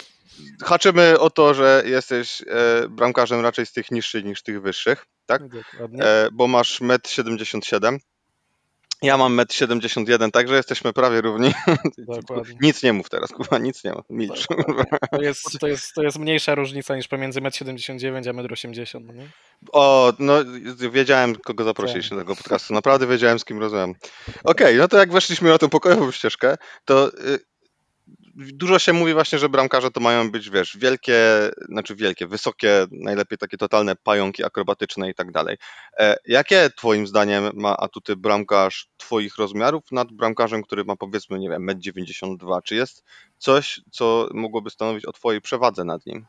haczymy o to, że jesteś e, bramkarzem raczej z tych niższych niż tych wyższych, tak? Dokładnie. E, bo masz metr siedemdziesiąt siedem Ja mam metr siedemdziesiąt jeden, także jesteśmy prawie równi. Dokładnie. Nic nie mów teraz, kurwa, nic nie mów, milcz. To jest, to, jest, to jest mniejsza różnica niż pomiędzy metr siedemdziesiąt dziewięć a metr osiemdziesiąt, no nie? O, no wiedziałem, kogo zaprosić Tak. do tego podcastu. Naprawdę wiedziałem, z kim rozmawiam. Okej, no to jak weszliśmy na tą pokojową ścieżkę, to y, dużo się mówi właśnie, że bramkarze to mają być, wiesz, wielkie, znaczy wielkie, wysokie, najlepiej takie totalne pająki akrobatyczne i tak dalej. E, jakie twoim zdaniem ma atuty bramkarz twoich rozmiarów nad bramkarzem, który ma powiedzmy, nie wiem, metr dziewięćdziesiąt dwa? Czy jest coś, co mogłoby stanowić o twojej przewadze nad nim?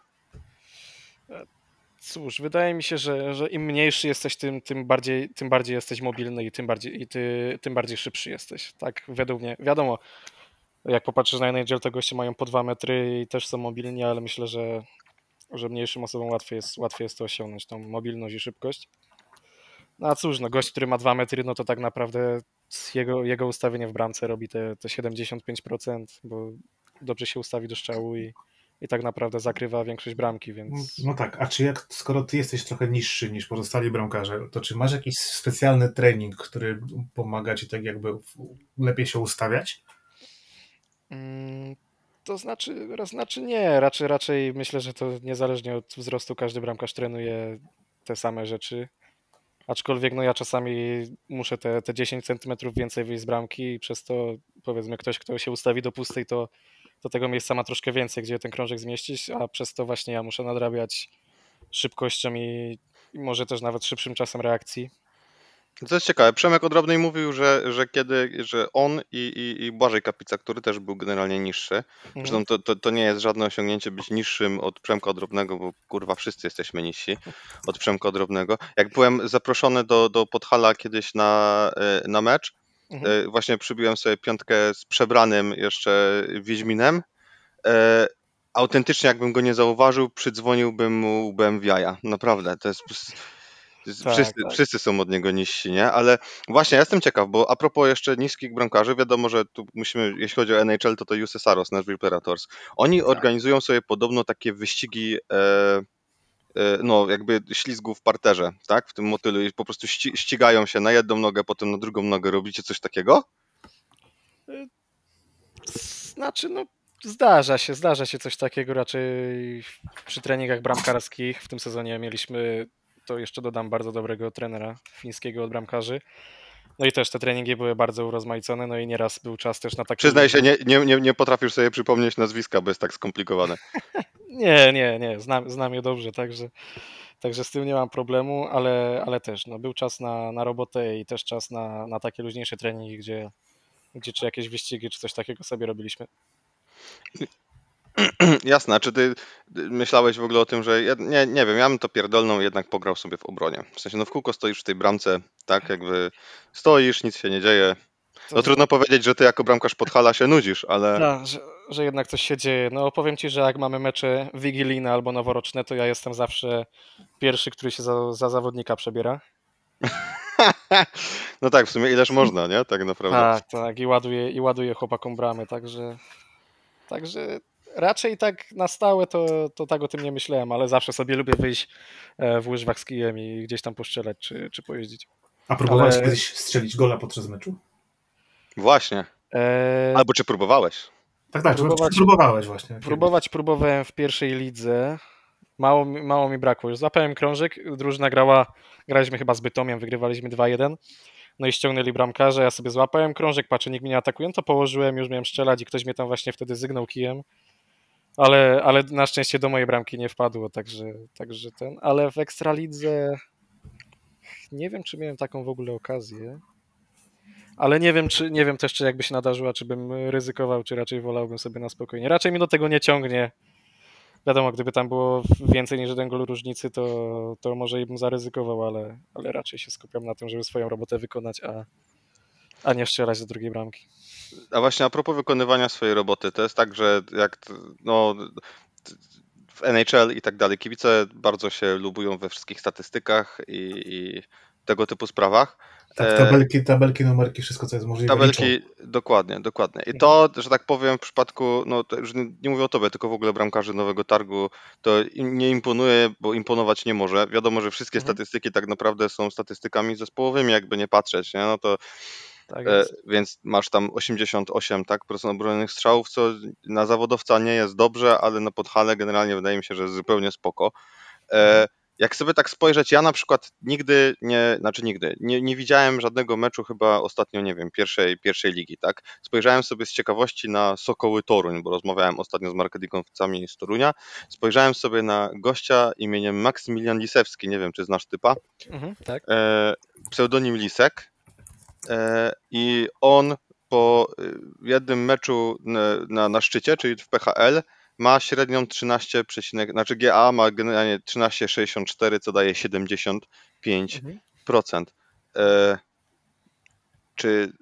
Cóż, wydaje mi się, że, że im mniejszy jesteś, tym, tym, bardziej, tym bardziej jesteś mobilny i tym bardziej, i ty, tym bardziej szybszy jesteś. Tak, według mnie. Wiadomo, jak popatrzysz na N H L, to goście mają po dwa metry i też są mobilni, ale myślę, że, że mniejszym osobom łatwiej jest, łatwiej jest to osiągnąć, tą mobilność i szybkość. No a cóż, no gość, który ma dwa metry, no to tak naprawdę jego, jego ustawienie w bramce robi te, te siedemdziesiąt pięć procent, bo dobrze się ustawi do strzału i, i tak naprawdę zakrywa większość bramki, więc... No tak, a czy jak, skoro ty jesteś trochę niższy niż pozostali bramkarze, to czy masz jakiś specjalny trening, który pomaga ci tak jakby lepiej się ustawiać? Mm, To znaczy, raz- znaczy nie, raczej, raczej myślę, że to niezależnie od wzrostu każdy bramkarz trenuje te same rzeczy. Aczkolwiek no ja czasami muszę te, te dziesięć centymetrów więcej wyjść z bramki i przez to powiedzmy ktoś, kto się ustawi do pustej, to, to tego miejsca ma troszkę więcej, gdzie ten krążek zmieścić, a przez to właśnie ja muszę nadrabiać szybkością i, i może też nawet szybszym czasem reakcji. To jest ciekawe. Przemek Odrobnej mówił, że, że kiedy, że on i, i, i Błażej Kapica, który też był generalnie niższy. Mhm. Zresztą to, to, to nie jest żadne osiągnięcie być niższym od Przemka Odrobnego, bo kurwa wszyscy jesteśmy niżsi od Przemka Odrobnego. Jak byłem zaproszony do, do Podhala kiedyś na, e, na mecz, Mhm. e, właśnie przybiłem sobie piątkę z przebranym jeszcze Wiedźminem. E, Autentycznie jakbym go nie zauważył, przydzwoniłbym mu łbem w jaja. Naprawdę, to jest... Tak, Wszyscy, tak. wszyscy są od niego niżsi, nie? Ale właśnie ja jestem ciekaw, bo a propos jeszcze niskich bramkarzy, wiadomo, że tu musimy, jeśli chodzi o N H L, to to U S S Saros, Nashville Predators. Oni Tak. organizują sobie podobno takie wyścigi, e, e, no jakby ślizgu w parterze, tak? W tym motylu i po prostu ści, ścigają się na jedną nogę, potem na drugą nogę. Robicie coś takiego? Znaczy, no zdarza się, zdarza się coś takiego raczej przy treningach bramkarskich. W tym sezonie mieliśmy, to jeszcze dodam, bardzo dobrego trenera fińskiego od bramkarzy. No i też te treningi były bardzo urozmaicone, no i nieraz był czas też na takie... Przyznaj się, nie, nie, nie, nie potrafisz sobie przypomnieć nazwiska, bo jest tak skomplikowane. Nie, nie, nie, znam, znam je dobrze, także, także z tym nie mam problemu, ale, ale też no, był czas na, na robotę i też czas na, na takie luźniejsze treningi, gdzie, gdzie czy jakieś wyścigi, czy coś takiego sobie robiliśmy. Jasne, a czy ty myślałeś w ogóle o tym, że ja, nie, nie wiem, ja bym to pierdolną jednak pograł sobie w obronie. W sensie, no w kółko stoisz w tej bramce, tak, jakby stoisz, nic się nie dzieje. To, No trudno powiedzieć, że ty jako bramkarz Podhala się nudzisz, ale tak, że, że jednak coś się dzieje. No powiem ci, że jak mamy mecze wigilijne albo noworoczne, to ja jestem zawsze pierwszy, który się za, za zawodnika przebiera. no tak, w sumie ileż można, nie? Tak naprawdę. Tak, tak, i ładuję, i ładuję chłopakom bramy, także, także raczej tak na stałe to, to tak o tym nie myślałem, ale zawsze sobie lubię wyjść e, w łyżwach z kijem i gdzieś tam postrzelać czy, czy pojeździć. A próbowałeś Ale- kiedyś strzelić gola podczas meczu? Właśnie. E, Albo czy próbowałeś? Tak, tak, Próbować- próbowałeś właśnie. próbować próbowałem w pierwszej lidze. Mało, mi- mało mi brakło. Już złapałem krążek, drużyna grała, graliśmy chyba z Bytomiem, wygrywaliśmy dwa jeden. No i ściągnęli bramkarza, ja sobie złapałem krążek, patrzę, nikt mnie nie atakuje, no to położyłem, już miałem strzelać i ktoś mnie tam właśnie wtedy zygnął kijem. Ale, ale na szczęście do mojej bramki nie wpadło, także, także ten. Ale w Ekstralidze nie wiem, czy miałem taką w ogóle okazję. Ale nie wiem, czy nie wiem też, czy jakby się nadarzyła, czy bym ryzykował, czy raczej wolałbym sobie na spokojnie. Raczej mi do tego nie ciągnie. Wiadomo, gdyby tam było więcej niż jeden gol różnicy, to, to może i bym zaryzykował, ale, ale raczej się skupiam na tym, żeby swoją robotę wykonać, a, a nie strzelać do drugiej bramki. A właśnie a propos wykonywania swojej roboty, to jest tak, że jak t- no, t- w N H L i tak dalej, kibice bardzo się lubują we wszystkich statystykach i, i tego typu sprawach. Tak, E, tabelki, tabelki, numerki, wszystko co jest możliwe. liczą. Tabelki, dokładnie, dokładnie. I to, że tak powiem, w przypadku, no to już nie, nie mówię o tobie, tylko w ogóle bramkarzy Nowego Targu, to im nie imponuje, bo imponować nie może. Wiadomo, że wszystkie Mhm. statystyki tak naprawdę są statystykami zespołowymi, jakby nie patrzeć, nie? No to Tak e, jest. więc masz tam osiemdziesiąt osiem tak, procent obronionych strzałów, co na zawodowca nie jest dobrze, ale na Podhale generalnie wydaje mi się, że jest zupełnie spoko. E, jak sobie tak spojrzeć, ja na przykład nigdy nie, znaczy nigdy, nie, nie widziałem żadnego meczu chyba ostatnio, nie wiem, pierwszej, pierwszej ligi, tak? Spojrzałem sobie z ciekawości na Sokoły Toruń, bo rozmawiałem ostatnio z marketingowcami z Torunia. Spojrzałem sobie na gościa imieniem Maksymilian Lisewski, nie wiem, czy znasz typa, Mhm, tak. e, pseudonim Lisek. E, I on po y, jednym meczu na, na, na szczycie, czyli w P H L, ma średnią trzynaście, znaczy G A ma generalnie trzynaście przecinek sześćdziesiąt cztery, co daje siedemdziesiąt pięć procent. Mhm. E, czy,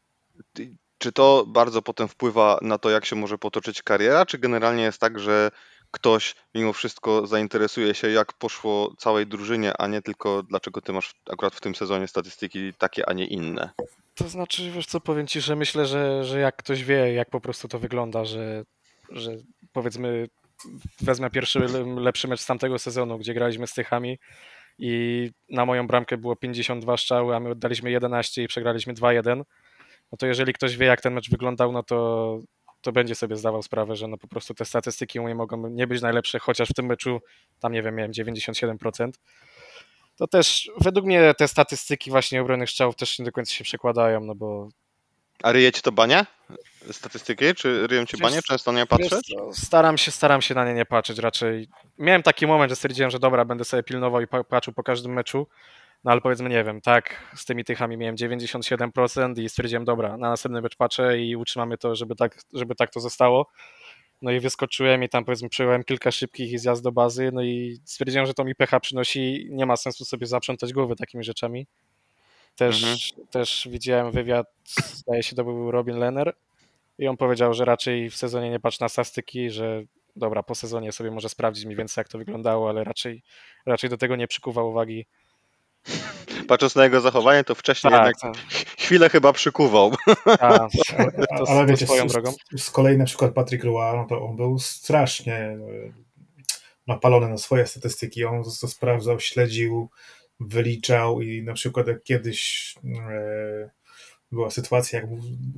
czy to bardzo potem wpływa na to, jak się może potoczyć kariera, czy generalnie jest tak, że ktoś mimo wszystko zainteresuje się, jak poszło całej drużynie, a nie tylko dlaczego ty masz akurat w tym sezonie statystyki takie, a nie inne? To znaczy, wiesz co, powiem ci, że myślę, że, że jak ktoś wie, jak po prostu to wygląda, że, że powiedzmy wezmę pierwszy le- lepszy mecz z tamtego sezonu, gdzie graliśmy z Tychami i na moją bramkę było pięćdziesiąt dwa strzały, a my oddaliśmy jedenaście i przegraliśmy dwa jeden, no to jeżeli ktoś wie, jak ten mecz wyglądał, no to, to będzie sobie zdawał sprawę, że no po prostu te statystyki u mnie mogą nie być najlepsze, chociaż w tym meczu tam, nie wiem, miałem dziewięćdziesiąt siedem procent. To też według mnie te statystyki właśnie obronnych strzałów też nie do końca się przekładają, no bo A ryje ci to banie? Statystyki? Czy ryją ci banie? Wiesz- Często nie wiesz patrzeć? co, staram się, staram się na nie nie patrzeć raczej. Miałem taki moment, że stwierdziłem, że dobra, będę sobie pilnował i pa- patrzył po każdym meczu, no ale powiedzmy, nie wiem, tak, z tymi Tychami miałem dziewięćdziesiąt siedem procent i stwierdziłem, dobra, na następny mecz patrzę i utrzymamy to, żeby tak, żeby tak to zostało. No i wyskoczyłem i tam powiedzmy przejąłem kilka szybkich i zjazd do bazy, no i stwierdziłem, że to mi pecha przynosi, nie ma sensu sobie zaprzątać głowy takimi rzeczami. Też, Mhm. też widziałem wywiad, zdaje się to był Robin Lehner i on powiedział, że raczej w sezonie nie patrz na statystyki, że dobra, po sezonie sobie może sprawdzić mniej więcej jak to wyglądało, ale raczej, raczej do tego nie przykuwa uwagi. Patrząc na jego zachowanie, to wcześniej Tak, jednak tak, chwilę chyba przykuwał. tak, Ale, to, ale to wiecie, swoją z, drogą. z kolei na przykład Patrick Roy, no to on był strasznie e, napalony na swoje statystyki. On to sprawdzał, śledził, wyliczał i na przykład jak kiedyś e, była sytuacja, jak mu,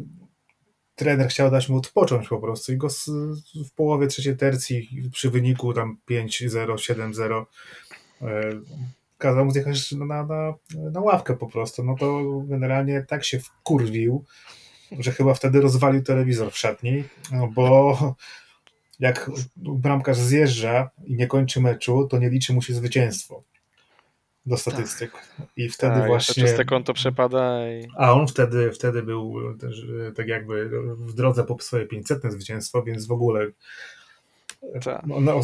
trener chciał dać mu odpocząć po prostu i go z, w połowie trzeciej tercji przy wyniku tam pięć zero, siedem zero e, kazał mu zjechać na, na, na ławkę po prostu. No to generalnie tak się wkurwił, że chyba wtedy rozwalił telewizor w szatni, no bo jak bramkarz zjeżdża i nie kończy meczu, to nie liczy mu się zwycięstwo do statystyk. I wtedy Tak, jeszcze właśnie... czyste konto przepada i A on wtedy, wtedy był też tak jakby w drodze po swoje pięćsetne zwycięstwo, więc w ogóle tak. no, no,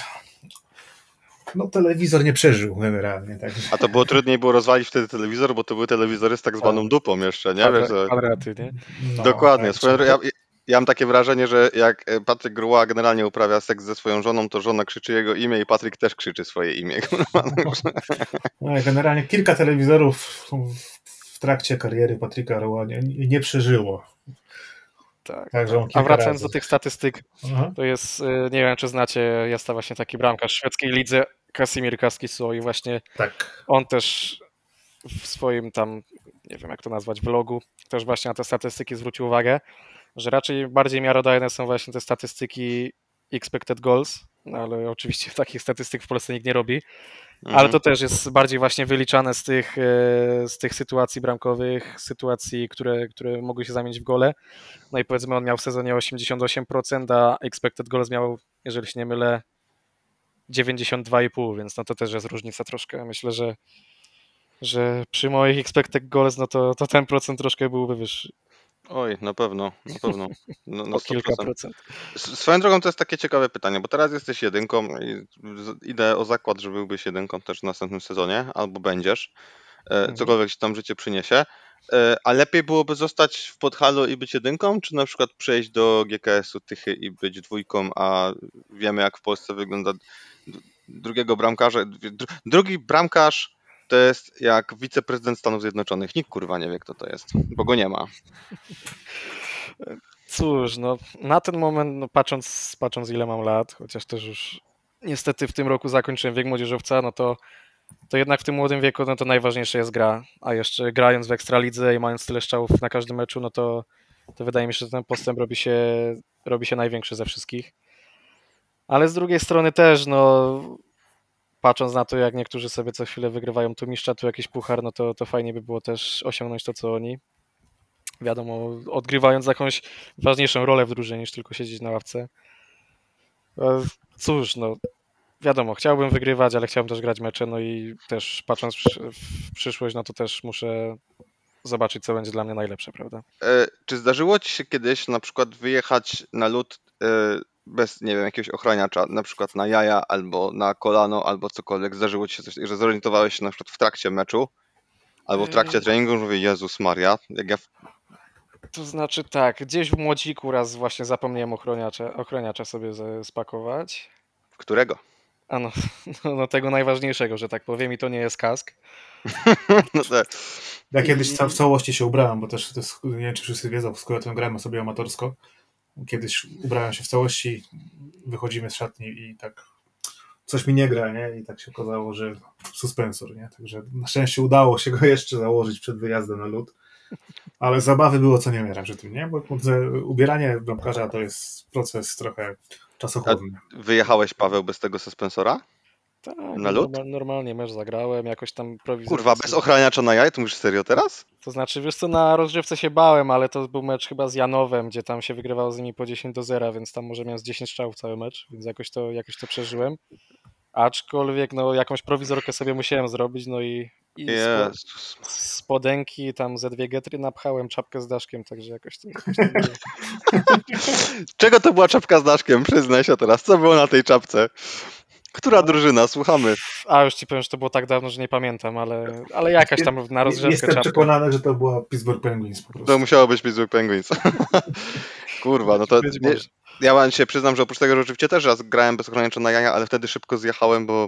no telewizor nie przeżył generalnie. Także. A to było trudniej było rozwalić wtedy telewizor, bo to były telewizory z tak zwaną dupą jeszcze, nie? Wiesz, Kwadra- że... kwadraty, nie? No, Dokładnie. tak, Swoją, ja, ja mam takie wrażenie, że jak Patryk Roy generalnie uprawia seks ze swoją żoną, to żona krzyczy jego imię i Patryk też krzyczy swoje imię. no, generalnie kilka telewizorów w, w trakcie kariery Patryka Roya nie, nie przeżyło. Tak. Także on A kilka wracając razy. do tych statystyk, Aha. to jest, y, nie wiem czy znacie, jest to właśnie taki bramkarz w szwedzkiej lidze, Kasimir Kaskiso i właśnie Tak. on też w swoim tam, nie wiem jak to nazwać, vlogu, też właśnie na te statystyki zwrócił uwagę, że raczej bardziej miarodajne są właśnie te statystyki expected goals, no ale oczywiście takich statystyk w Polsce nikt nie robi, ale to też jest bardziej właśnie wyliczane z tych, e, z tych sytuacji bramkowych, sytuacji, które, które mogły się zamienić w gole. No i powiedzmy on miał w sezonie osiemdziesiąt osiem procent, a expected goals miał, jeżeli się nie mylę, dziewięćdziesiąt dwa i pół, więc no to też jest różnica troszkę. Myślę, że, że przy moich expected goals, no to, to ten procent troszkę byłby wyższy, Oj, na pewno, na pewno. No, na o sto kilka procent. procent. S- Swoją drogą to jest takie ciekawe pytanie, bo teraz jesteś jedynką i z- idę o zakład, że byłbyś jedynką też w następnym sezonie, albo będziesz, e, Mhm. cokolwiek ci tam życie przyniesie. E, A lepiej byłoby zostać w Podhalu i być jedynką, czy na przykład przejść do G K S-u Tychy i być dwójką, a wiemy jak w Polsce wygląda d- drugiego bramkarza. Dr- Drugi bramkarz to jest jak wiceprezydent Stanów Zjednoczonych. Nikt kurwa nie wie kto to jest, bo go nie ma. Cóż, no na ten moment, no, patrząc, patrząc ile mam lat, chociaż też już niestety w tym roku zakończyłem wiek młodzieżowca, no to to jednak w tym młodym wieku no to najważniejsza jest gra, a jeszcze grając w Ekstralidze i mając tyle strzałów na każdym meczu, no to, to wydaje mi się, że ten postęp robi się, robi się największy ze wszystkich. Ale z drugiej strony też, no patrząc na to, jak niektórzy sobie co chwilę wygrywają tu mistrza, tu jakiś puchar, no to, to fajnie by było też osiągnąć to, co oni. Wiadomo, odgrywając jakąś ważniejszą rolę w drużynie niż tylko siedzieć na ławce. E, Cóż, no wiadomo, chciałbym wygrywać, ale chciałbym też grać mecze, no i też patrząc przy- w przyszłość, no to też muszę zobaczyć, co będzie dla mnie najlepsze, prawda? E, Czy zdarzyło ci się kiedyś na przykład wyjechać na lód e, bez, nie wiem, jakiegoś ochraniacza, na przykład na jaja, albo na kolano, albo cokolwiek? Zdarzyło ci się coś, że zorientowałeś się na przykład w trakcie meczu, albo w trakcie treningu, że mówię, Jezus Maria, jak ja... w- To znaczy tak, gdzieś w młodziku raz właśnie zapomniałem ochroniacza, ochroniacza sobie ze- spakować. Którego? A no, no, no tego najważniejszego, że tak powiem, i to nie jest kask. No te, Ja kiedyś ca- w całości się ubrałem, bo też to jest, nie wiem, czy wszyscy wiedzą, z którym grałem sobie amatorsko. Kiedyś ubrałem się w całości, wychodzimy z szatni i tak coś mi nie gra, nie? I tak się okazało, że suspensor, nie? Także na szczęście udało się go jeszcze założyć przed wyjazdem na lód. Ale zabawy było co niemiara przy tym, nie? Bo kurde, ubieranie bramkarza to jest proces trochę czasochłonny. wyjechałeś, Paweł, bez tego suspensora? Tak, Na lód? normal- normalnie mecz zagrałem, jakoś tam prowizornie. Kurwa, bez ochraniacza na jaj? To mówisz serio teraz? To znaczy, wiesz co, na rozgrzewce się bałem, ale to był mecz chyba z Janowem, gdzie tam się wygrywało z nimi po dziesięć do zera, więc tam może miałem z dziesięć strzałów cały mecz, więc jakoś to, jakoś to przeżyłem. Aczkolwiek no jakąś prowizorkę sobie musiałem zrobić, no i, i spo, Jezus. spodenki tam ze dwie getry napchałem, czapkę z daszkiem, także jakoś to, jakoś to było. Czego to była czapka z daszkiem? Przyznaj się teraz. Co było na tej czapce? Która drużyna? Słuchamy. A już ci powiem, że to było tak dawno, że nie pamiętam, ale, ale jakaś tam na rozgrzewkę Jestem czapka. przekonany, że to była Pittsburgh Penguins po prostu. To musiało być Pittsburgh Penguins. Kurwa, no to Być nie, może. ja wam się przyznam, że oprócz tego, że oczywiście też raz grałem bez ochroniacza na jaja, ale wtedy szybko zjechałem, bo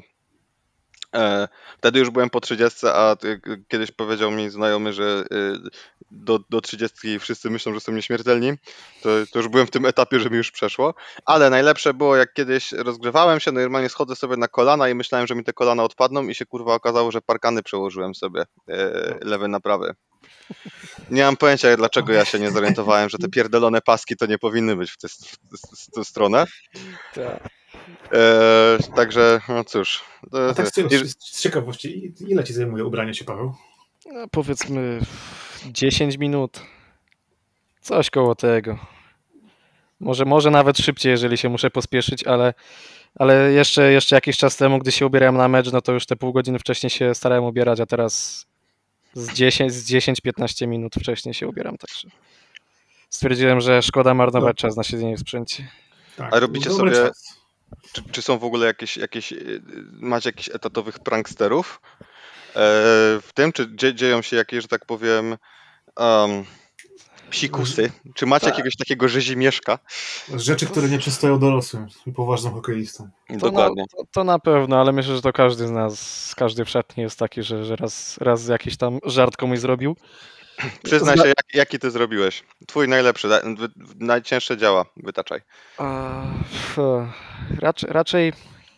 e, wtedy już byłem po trzydziestce, a ty, k- kiedyś powiedział mi znajomy, że e, do, do trzydziestki wszyscy myślą, że są nieśmiertelni. To, to już byłem w tym etapie, że mi już przeszło. Ale najlepsze było, jak kiedyś rozgrzewałem się, no i normalnie schodzę sobie na kolana i myślałem, że mi te kolana odpadną i się kurwa okazało, że parkany przełożyłem sobie e, lewy na prawy. Nie mam pojęcia, dlaczego ja się nie zorientowałem, że te pierdolone paski to nie powinny być w tę w tę stronę. Tak. E, także, no cóż. To, A tak z, i- z, z ciekawości, ile ci zajmuje ubranie się, Paweł? No, powiedzmy dziesięć minut. Coś koło tego. Może, może nawet szybciej, jeżeli się muszę pospieszyć, ale, ale jeszcze, jeszcze jakiś czas temu, gdy się ubierałem na mecz, no to już te pół godziny wcześniej się starałem ubierać, a teraz z dziesięć, z dziesięć piętnaście minut wcześniej się ubieram, także stwierdziłem, że szkoda marnować czas na siedzenie w sprzęcie. Tak, A robicie dobry sobie- czas. czy, czy są w ogóle jakieś, jakieś, e, macie jakichś etatowych pranksterów e, w tym? Czy dzie, dzieją się jakieś, że tak powiem, um, psikusy? Czy macie Tak. jakiegoś takiego rzezimieszka? Rzeczy, które nie przystoją dorosłym i poważnym hokeistom. To Dokładnie. Na, to, to na pewno, ale myślę, że to każdy z nas, każdy w szatni jest taki, że, że raz, raz jakiś tam żart komuś zrobił. Przyznaj się, jak, jaki ty zrobiłeś. Twój najlepszy, da- wy, najcięższe działa, wytaczaj. A, f- raczej, raczej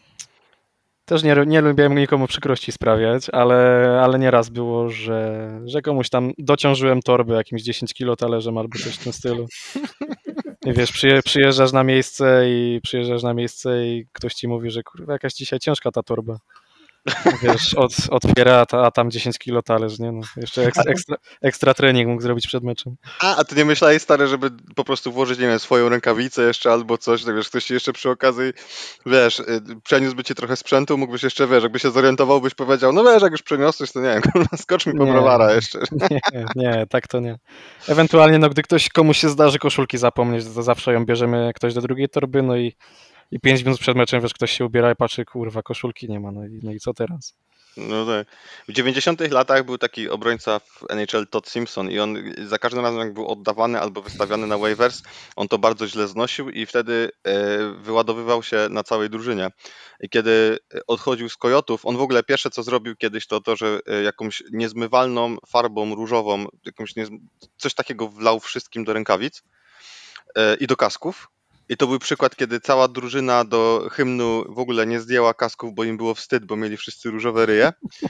też nie, nie lubiłem nikomu przykrości sprawiać, ale, ale nieraz było, że, że komuś tam dociążyłem torbę jakimś dziesięć kilo talerzem albo coś w tym stylu. I wiesz, przyje, przyjeżdżasz na miejsce i przyjeżdżasz na miejsce i ktoś ci mówi, że kurwa jakaś dzisiaj ciężka ta torba. Wiesz, od, otwiera, a, ta, a tam dziesięć kilo talerz, nie no. Jeszcze ekstra, ekstra, ekstra trening mógł zrobić przed meczem. A, a ty nie myślałeś, stary, żeby po prostu włożyć, nie wiem, swoją rękawicę jeszcze albo coś, tak wiesz, ktoś ci jeszcze przy okazji, wiesz, y, przeniósłby ci trochę sprzętu, mógłbyś jeszcze, wiesz, jakby się zorientował, byś powiedział, no wiesz, jak już przeniosłeś, to nie wiem, kurwa, skocz mi po Nie. browara jeszcze. Nie, nie, tak to nie. Ewentualnie, no, gdy ktoś komuś się zdarzy koszulki zapomnieć, to zawsze ją bierzemy ktoś do drugiej torby, no i, i pięć minut przed meczem, wiesz, ktoś się ubiera i patrzy, kurwa, koszulki nie ma, no i, no i co teraz? No tak. W dziewięćdziesiątych latach był taki obrońca w N H L Todd Simpson i on za każdym razem jak był oddawany albo wystawiany na waivers, on to bardzo źle znosił i wtedy e, wyładowywał się na całej drużynie. I kiedy odchodził z Kojotów, on w ogóle pierwsze co zrobił kiedyś to to, że e, jakąś niezmywalną farbą różową, jakąś niez... coś takiego wlał wszystkim do rękawic e, i do kasków. I I to był przykład, kiedy cała drużyna do hymnu w ogóle nie zdjęła kasków, bo im było wstyd, bo mieli wszyscy różowe ryje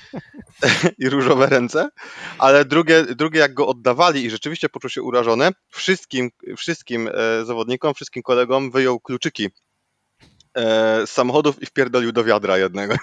i różowe ręce, ale drugie, drugie jak go oddawali i rzeczywiście poczuł się urażony, wszystkim, wszystkim e, zawodnikom, wszystkim kolegom wyjął kluczyki e, z samochodów i wpierdolił do wiadra jednego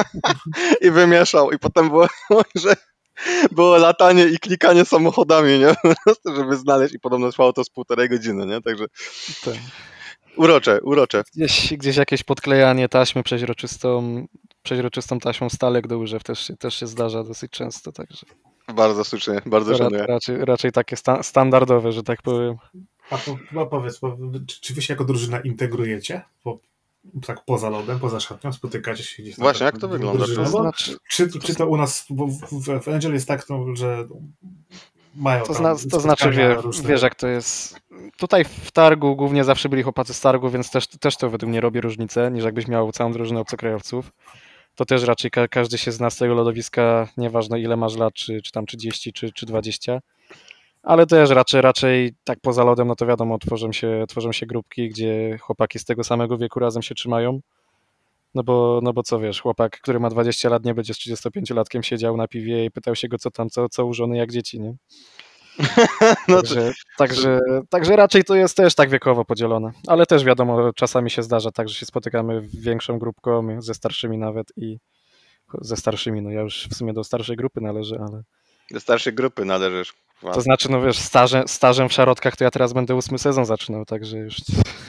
i wymieszał i potem było, że było latanie i klikanie samochodami, nie? Po prostu, żeby znaleźć i podobno trwało to z półtorej godziny, nie? Także Tak. urocze, urocze. Gdzieś, gdzieś jakieś podklejanie taśmy przeźroczystą, przeźroczystą taśmą stalek do łyżew też się, też się zdarza dosyć często, także Bardzo słusznie, bardzo to ra, szanuję. raczej, raczej takie sta, standardowe, że tak powiem. A po, no powiedz, po, czy, czy wy się jako drużyna integrujecie? Po, tak poza lodem, poza szatnią, spotykacie się gdzieś tam. Właśnie, jak to wygląda? drużyną? To Bo znaczy, Czy, czy to u nas, bo w, w, w Angel jest tak, no, że mają to, tam zna, to znaczy, spotkania wie, różne. wiesz jak to jest. Tutaj w targu głównie zawsze byli chłopacy z targu, więc też, też to według mnie robi różnicę, niż jakbyś miał całą drużynę obcokrajowców. To też raczej ka każdy się zna z tego lodowiska, nieważne ile masz lat, czy, czy tam trzydzieści, czy, czy dwadzieścia. Ale też raczej, raczej tak poza lodem, no to wiadomo, tworzą się, tworzą się grupki, gdzie chłopaki z tego samego wieku razem się trzymają. No bo, no bo co wiesz, chłopak, który ma dwadzieścia lat, nie będzie z trzydziestopięciolatkiem siedział na piwie i pytał się go, co tam, co, co u żony, jak dzieci, nie? No to, Także, także, także raczej to jest też tak wiekowo podzielone. Ale też wiadomo, czasami się zdarza tak, że się spotykamy większą grupką, ze starszymi nawet i ze starszymi, no ja już w sumie do starszej grupy należę, ale... do starszej grupy należysz. Wow. To znaczy, no wiesz, stażem, stażem w szarotkach to ja teraz będę ósmy sezon zaczynał, także już,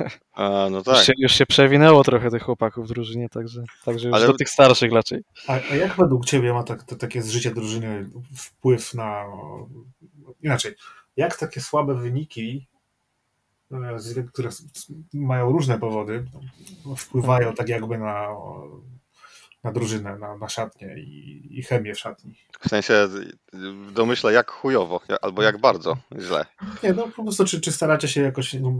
A, no już, tak. się, już się przewinęło trochę tych chłopaków w drużynie, także, także już Ale- do tych starszych raczej. A, a jak według ciebie ma tak, to, takie życie drużyny wpływ na... Inaczej, jak takie słabe wyniki, e, z- które s- mają różne powody, wpływają tak jakby na, na drużynę, na, na szatnię i, i chemię w szatni? W sensie w domyśle jak chujowo, ja- albo jak bardzo źle. Nie, no po prostu czy, czy staracie się jakoś no,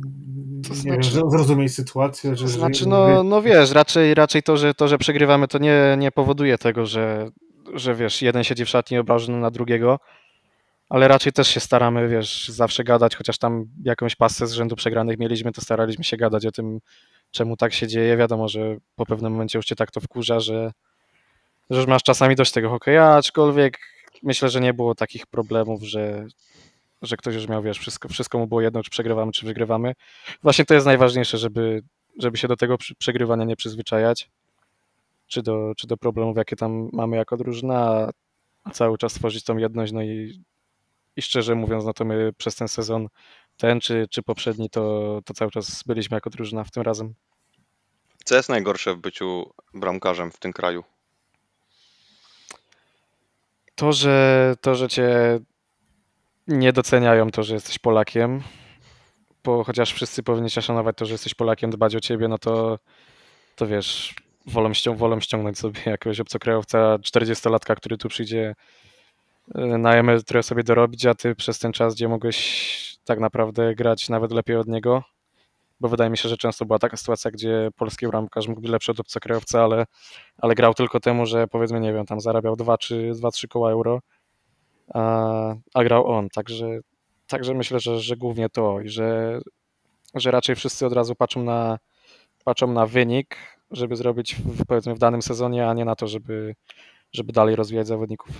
To nie znaczy- wiem, zrozumieć sytuację, że... To że- znaczy, no, no wiesz, raczej, raczej to, że to, że przegrywamy, to nie, nie powoduje tego, że, że wiesz, jeden siedzi w szatni obrażony na drugiego, ale raczej też się staramy, wiesz, zawsze gadać, chociaż tam jakąś pasę z rzędu przegranych mieliśmy, to staraliśmy się gadać o tym, czemu tak się dzieje. Wiadomo, że po pewnym momencie już cię tak to wkurza, że, że już masz czasami dość tego hokeja, aczkolwiek myślę, że nie było takich problemów, że, że ktoś już miał, wiesz, wszystko, wszystko mu było jedno, czy przegrywamy, czy wygrywamy. Właśnie to jest najważniejsze, żeby, żeby się do tego przy- przegrywania nie przyzwyczajać, czy do, czy do problemów, jakie tam mamy jako drużyna, a cały czas tworzyć tą jedność, no i, i szczerze mówiąc, no to my przez ten sezon, ten czy, czy poprzedni, to, to cały czas byliśmy jako drużyna w tym razem. Co jest najgorsze w byciu bramkarzem w tym kraju? To, że, to, że cię nie doceniają to, że jesteś Polakiem, bo chociaż wszyscy powinni cię szanować to, że jesteś Polakiem, dbać o ciebie, no to, to wiesz, wolą, ścią, wolą ściągnąć sobie jakiegoś obcokrajowca, czterdziestolatka, który tu przyjdzie y, na emeryturę sobie dorobić, a ty przez ten czas, gdzie mogłeś tak naprawdę grać nawet lepiej od niego, bo wydaje mi się, że często była taka sytuacja, gdzie polski bramkarz mógł być lepszy od obcokrajowca, ale, ale grał tylko temu, że powiedzmy, nie wiem, tam zarabiał dwa czy trzy koła euro, a, a grał on, także, także myślę, że, że głównie to i że, że raczej wszyscy od razu patrzą na, patrzą na wynik, żeby zrobić w, powiedzmy w danym sezonie, a nie na to, żeby, żeby dalej rozwijać zawodników.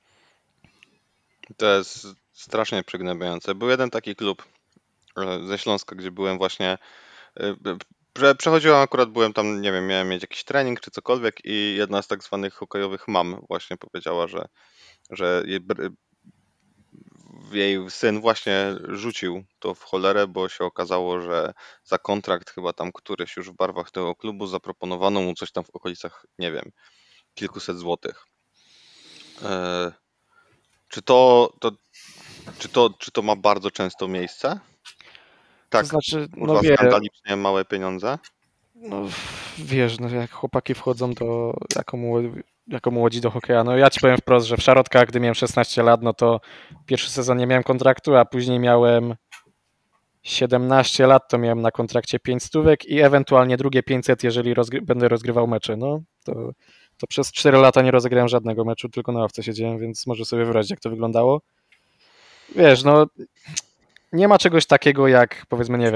To jest strasznie przygnębiające. Był jeden taki klub e, ze Śląska, gdzie byłem właśnie. e, Prze przechodziłem akurat, byłem tam, nie wiem, miałem mieć jakiś trening czy cokolwiek i jedna z tak zwanych hokejowych mam właśnie powiedziała, że, że jej, br- jej syn właśnie rzucił to w cholerę, bo się okazało, że za kontrakt chyba tam któryś już w barwach tego klubu zaproponowano mu coś tam w okolicach, nie wiem, kilkuset złotych. E, Czy to, to, czy to, czy to ma bardzo często miejsce? Tak, To znaczy, kurwa, no wie, skandalicznie małe pieniądze. no wiesz, no jak chłopaki wchodzą do, jako, młodzi, jako młodzi do hokeja, no ja ci powiem wprost, że w Szarotkach, gdy miałem szesnaście lat, no to pierwszy sezon nie miałem kontraktu, a później miałem siedemnaście lat, to miałem na kontrakcie pięć stówek i ewentualnie drugie pięćset, jeżeli rozgry będę rozgrywał mecze, no to, to przez cztery lata nie rozegrałem żadnego meczu, tylko na ławce siedziałem, więc może sobie wyobrazić, jak to wyglądało. Wiesz, no nie ma czegoś takiego jak, powiedzmy, nie wiem,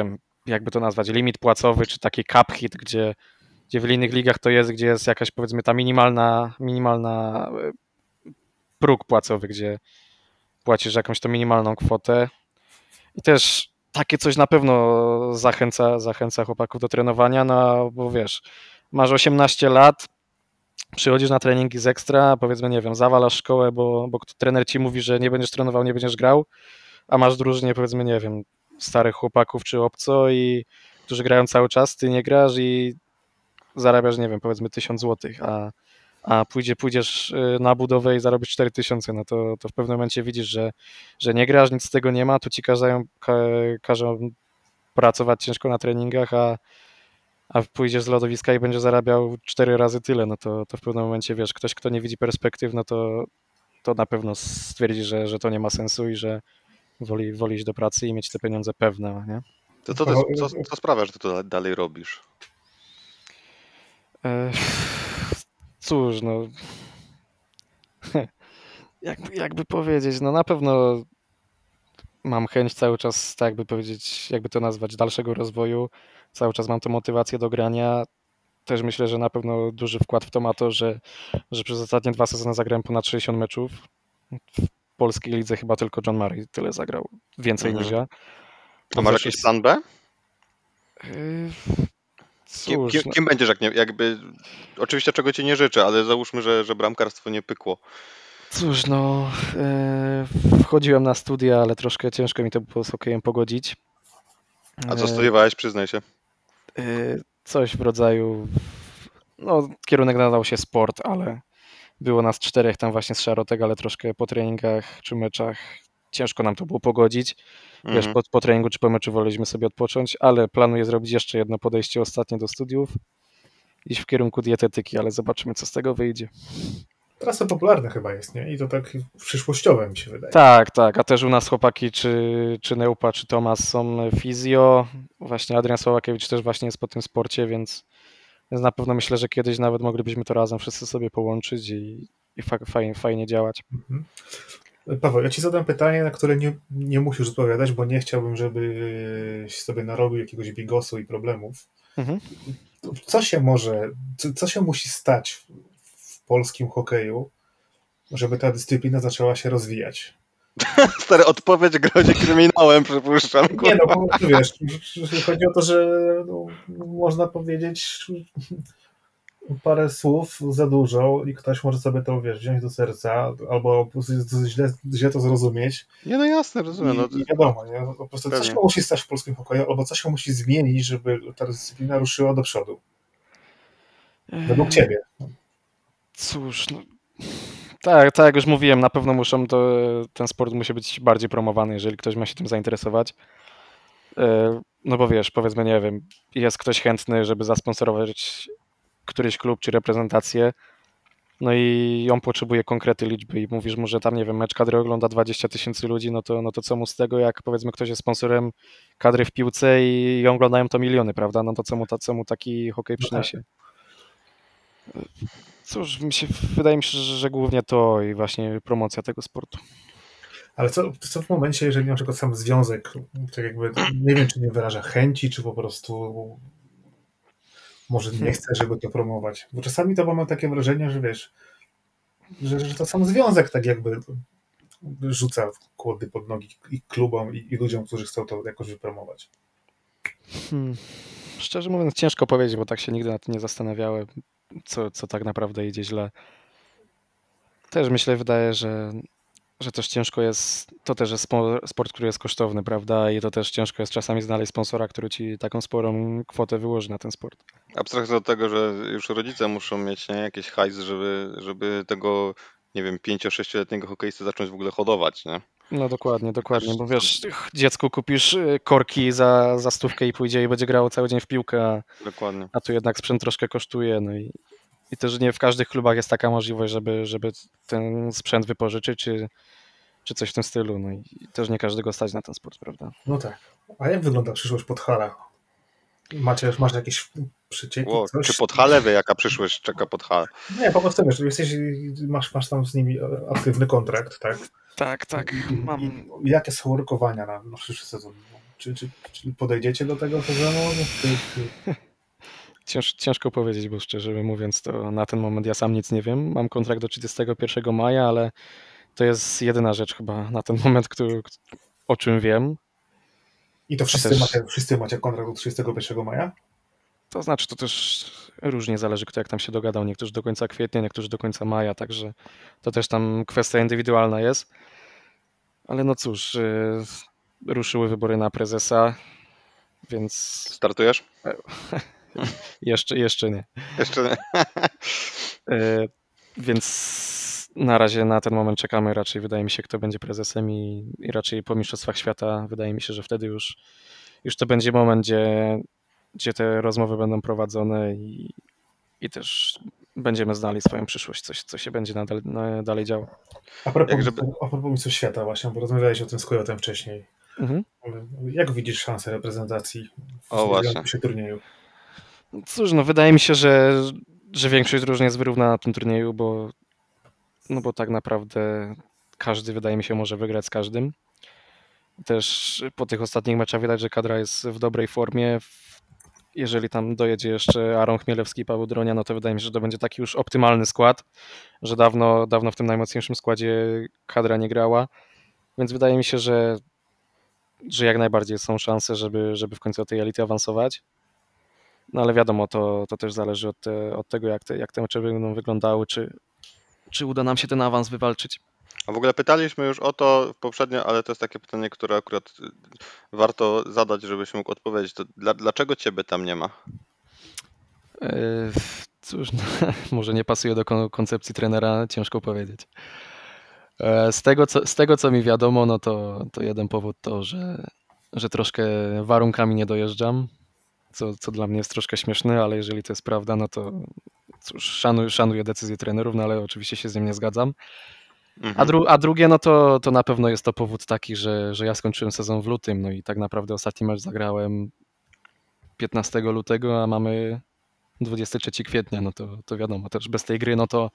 jakby to nazwać, limit płacowy, czy taki cap hit, gdzie, gdzie w innych ligach to jest, gdzie jest jakaś powiedzmy ta minimalna, minimalna próg płacowy, gdzie płacisz jakąś tą minimalną kwotę i też takie coś na pewno zachęca, zachęca chłopaków do trenowania, no bo wiesz, masz osiemnaście lat, przychodzisz na treningi z ekstra, powiedzmy, nie wiem, zawalasz szkołę, bo, bo trener ci mówi, że nie będziesz trenował, nie będziesz grał, a masz drużynie, powiedzmy, nie wiem, starych chłopaków czy obco, i którzy grają cały czas, ty nie grasz i zarabiasz, nie wiem, powiedzmy tysiąc złotych, a, a pójdzie, pójdziesz na budowę i zarobisz cztery tysiące, no to, to w pewnym momencie widzisz, że, że nie grasz, nic z tego nie ma, tu ci każą, ka, każą pracować ciężko na treningach, a, a pójdziesz z lodowiska i będziesz zarabiał cztery razy tyle, no to, to w pewnym momencie, wiesz, ktoś, kto nie widzi perspektyw, no to, to na pewno stwierdzi, że, że to nie ma sensu i że woli, woli iść do pracy i mieć te pieniądze pewne, nie? To co, ty, co, co sprawia, że ty to dalej robisz? E, cóż, no jakby, jakby powiedzieć, no na pewno mam chęć cały czas, tak jakby powiedzieć, jakby to nazwać, dalszego rozwoju, cały czas mam tę motywację do grania. Też myślę, że na pewno duży wkład w to ma to, że, że przez ostatnie dwa sezony zagrałem ponad sześćdziesiąt meczów. W polskiej lidze chyba tylko John Murray tyle zagrał, więcej Mhm. niż ja. A masz jakiś plan B? Yy, Kim, Cóż, kim, no, kim będziesz, jak nie, jakby, oczywiście czego ci nie życzę, ale załóżmy, że, że bramkarstwo nie pykło. cóż, no yy, wchodziłem na studia, ale troszkę ciężko mi to było z hokejem pogodzić. A co Yy, studiowałeś, przyznaj się. yy, Coś w rodzaju, no kierunek nadał się sport, ale było nas czterech tam właśnie z Szarotek, ale troszkę po treningach czy meczach ciężko nam to było pogodzić. Wiesz, Mhm. po, po treningu czy po meczu woleliśmy sobie odpocząć, ale planuję zrobić jeszcze jedno podejście ostatnie do studiów, iść w kierunku dietetyki, ale zobaczymy, co z tego wyjdzie. Teraz to popularne chyba jest, nie? I to tak przyszłościowe mi się wydaje. Tak, tak, a też u nas chłopaki, czy, czy Neupa, czy Tomas są fizjo, właśnie Adrian Sławakiewicz też właśnie jest po tym sporcie, więc, więc na pewno myślę, że kiedyś nawet moglibyśmy to razem wszyscy sobie połączyć i, i fa, fajnie, fajnie działać. Mhm. Paweł, ja ci zadam pytanie, na które nie, nie musisz odpowiadać, bo nie chciałbym, żebyś sobie narobił jakiegoś bigosu i problemów. Mhm. Co się może, co, co się musi stać w, w polskim hokeju, żeby ta dyscyplina zaczęła się rozwijać? Stary, odpowiedź grozi kryminałem, przypuszczam. Nie no, po prostu wiesz, chodzi o to, że no, można powiedzieć parę słów za dużo i ktoś może sobie to, wiesz, wziąć do serca albo po prostu źle, źle to zrozumieć. Nie, no jasne, rozumiem. No, I, i wiadomo, nie? Po prostu coś się musi stać w polskim hokeju, albo coś się musi zmienić, żeby ta dyscyplina ruszyła do przodu. Według ciebie. Cóż, no, tak, tak jak już mówiłem, na pewno muszą to, ten sport musi być bardziej promowany, jeżeli ktoś ma się tym zainteresować. E, No bo wiesz, powiedzmy, nie wiem, jest ktoś chętny, żeby zasponsorować któryś klub czy reprezentację, no i on potrzebuje konkrety liczby i mówisz mu, że tam, nie wiem, mecz kadry ogląda dwadzieścia tysięcy ludzi, no to, no to co mu z tego, jak powiedzmy ktoś jest sponsorem kadry w piłce i, i oglądają to miliony, prawda? No to co mu, ta, co mu taki hokej przyniesie? Cóż, mi się, wydaje mi się, że, że głównie to i właśnie promocja tego sportu. Ale co, co w momencie, jeżeli na przykład sam związek, tak jakby, nie wiem, czy nie wyraża chęci, czy po prostu może nie chce, żeby to promować. Bo czasami to mam takie wrażenie, że wiesz, że, że to sam związek tak jakby rzuca kłody pod nogi i klubom, i, i ludziom, którzy chcą to jakoś wypromować. Hmm. Szczerze mówiąc, ciężko powiedzieć, bo tak się nigdy na tym nie zastanawiałem, co, co tak naprawdę idzie źle. Też myślę, wydaje, że, że też ciężko jest, to też jest sport, który jest kosztowny, prawda? I to też ciężko jest czasami znaleźć sponsora, który ci taką sporą kwotę wyłoży na ten sport. abstrakcja od tego, że już rodzice muszą mieć nie, jakiś hajs, żeby, żeby tego, nie wiem, pięcio-sześcioletniego hokeisty zacząć w ogóle hodować, nie? No dokładnie, dokładnie, bo wiesz, dziecku kupisz korki za, za stówkę i pójdzie i będzie grało cały dzień w piłkę, a, Dokładnie. a tu jednak sprzęt troszkę kosztuje, no i, i też nie w każdych klubach jest taka możliwość, żeby, żeby ten sprzęt wypożyczyć, czy, czy coś w tym stylu, no i też nie każdego stać na ten sport, prawda? No tak. A jak wygląda przyszłość Podhala? Macie, masz jakieś przecieki? Wow, Coś? czy Podhale wie, jaka przyszłość czeka Podhale? Nie, po prostu wiesz, jesteś, masz, masz tam z nimi aktywny kontrakt, tak? Tak, tak, I, mam... i jakie są rokowania na, na przyszły sezon? Czy, czy, czy podejdziecie do tego sezonu? Czy, czy... Cięż, ciężko powiedzieć, bo szczerze mówiąc, to na ten moment ja sam nic nie wiem. Mam kontrakt do trzydziestego pierwszego maja, ale to jest jedyna rzecz chyba na ten moment, który, o czym wiem. I to wszyscy, też... macie, wszyscy macie kontrakt do trzydziestego pierwszego maja? To znaczy, to też różnie zależy, kto jak tam się dogadał. Niektórzy do końca kwietnia, niektórzy do końca maja, także to też tam kwestia indywidualna jest. Ale no cóż, yy, ruszyły wybory na prezesa, więc... Startujesz? jeszcze, jeszcze nie. Jeszcze nie. Yy, więc na razie na ten moment czekamy. Raczej wydaje mi się, kto będzie prezesem i, i raczej po Mistrzostwach Świata wydaje mi się, że wtedy już, już to będzie moment, gdzie, gdzie te rozmowy będą prowadzone i, i też będziemy znali swoją przyszłość, coś, co się będzie nadal, na, dalej działo. A propos, Jak żeby... a propos Mistrzostw Świata właśnie, bo rozmawiałeś o tym z Kojotem wcześniej. Mhm. Jak widzisz szansę reprezentacji w O, właśnie. się turnieju? Cóż, no wydaje mi się, że, że większość drużyn jest wyrównana na tym turnieju, bo, no bo tak naprawdę każdy, wydaje mi się, może wygrać z każdym. Też po tych ostatnich meczach widać, że kadra jest w dobrej formie. Jeżeli tam dojedzie jeszcze Aaron Chmielewski i Paweł Dronia, no to wydaje mi się, że to będzie taki już optymalny skład, że dawno, dawno w tym najmocniejszym składzie kadra nie grała, więc wydaje mi się, że, że jak najbardziej są szanse, żeby, żeby w końcu do tej elity awansować. No ale wiadomo, to, to też zależy od, te, od tego, jak te, jak te mecze będą wyglądały, czy, czy uda nam się ten awans wywalczyć. A w ogóle pytaliśmy już o to poprzednio, ale to jest takie pytanie, które akurat warto zadać, żebyś mógł odpowiedzieć. To dla, dlaczego ciebie tam nie ma? Yy, cóż, no, może nie pasuje do kon- koncepcji trenera, ciężko powiedzieć. Yy, z, tego, co, z tego, co mi wiadomo, no to, to jeden powód to, że, że troszkę warunkami nie dojeżdżam, co, co dla mnie jest troszkę śmieszne, ale jeżeli to jest prawda, no to cóż, szanuję, szanuję decyzję trenerów, no ale oczywiście się z nim nie zgadzam. Mhm. A, dru- a drugie, no to, to na pewno jest to powód taki, że, że ja skończyłem sezon w lutym, no i tak naprawdę ostatni mecz zagrałem piętnastego lutego, a mamy dwudziestego trzeciego kwietnia, no to, to wiadomo, też bez tej gry, no to,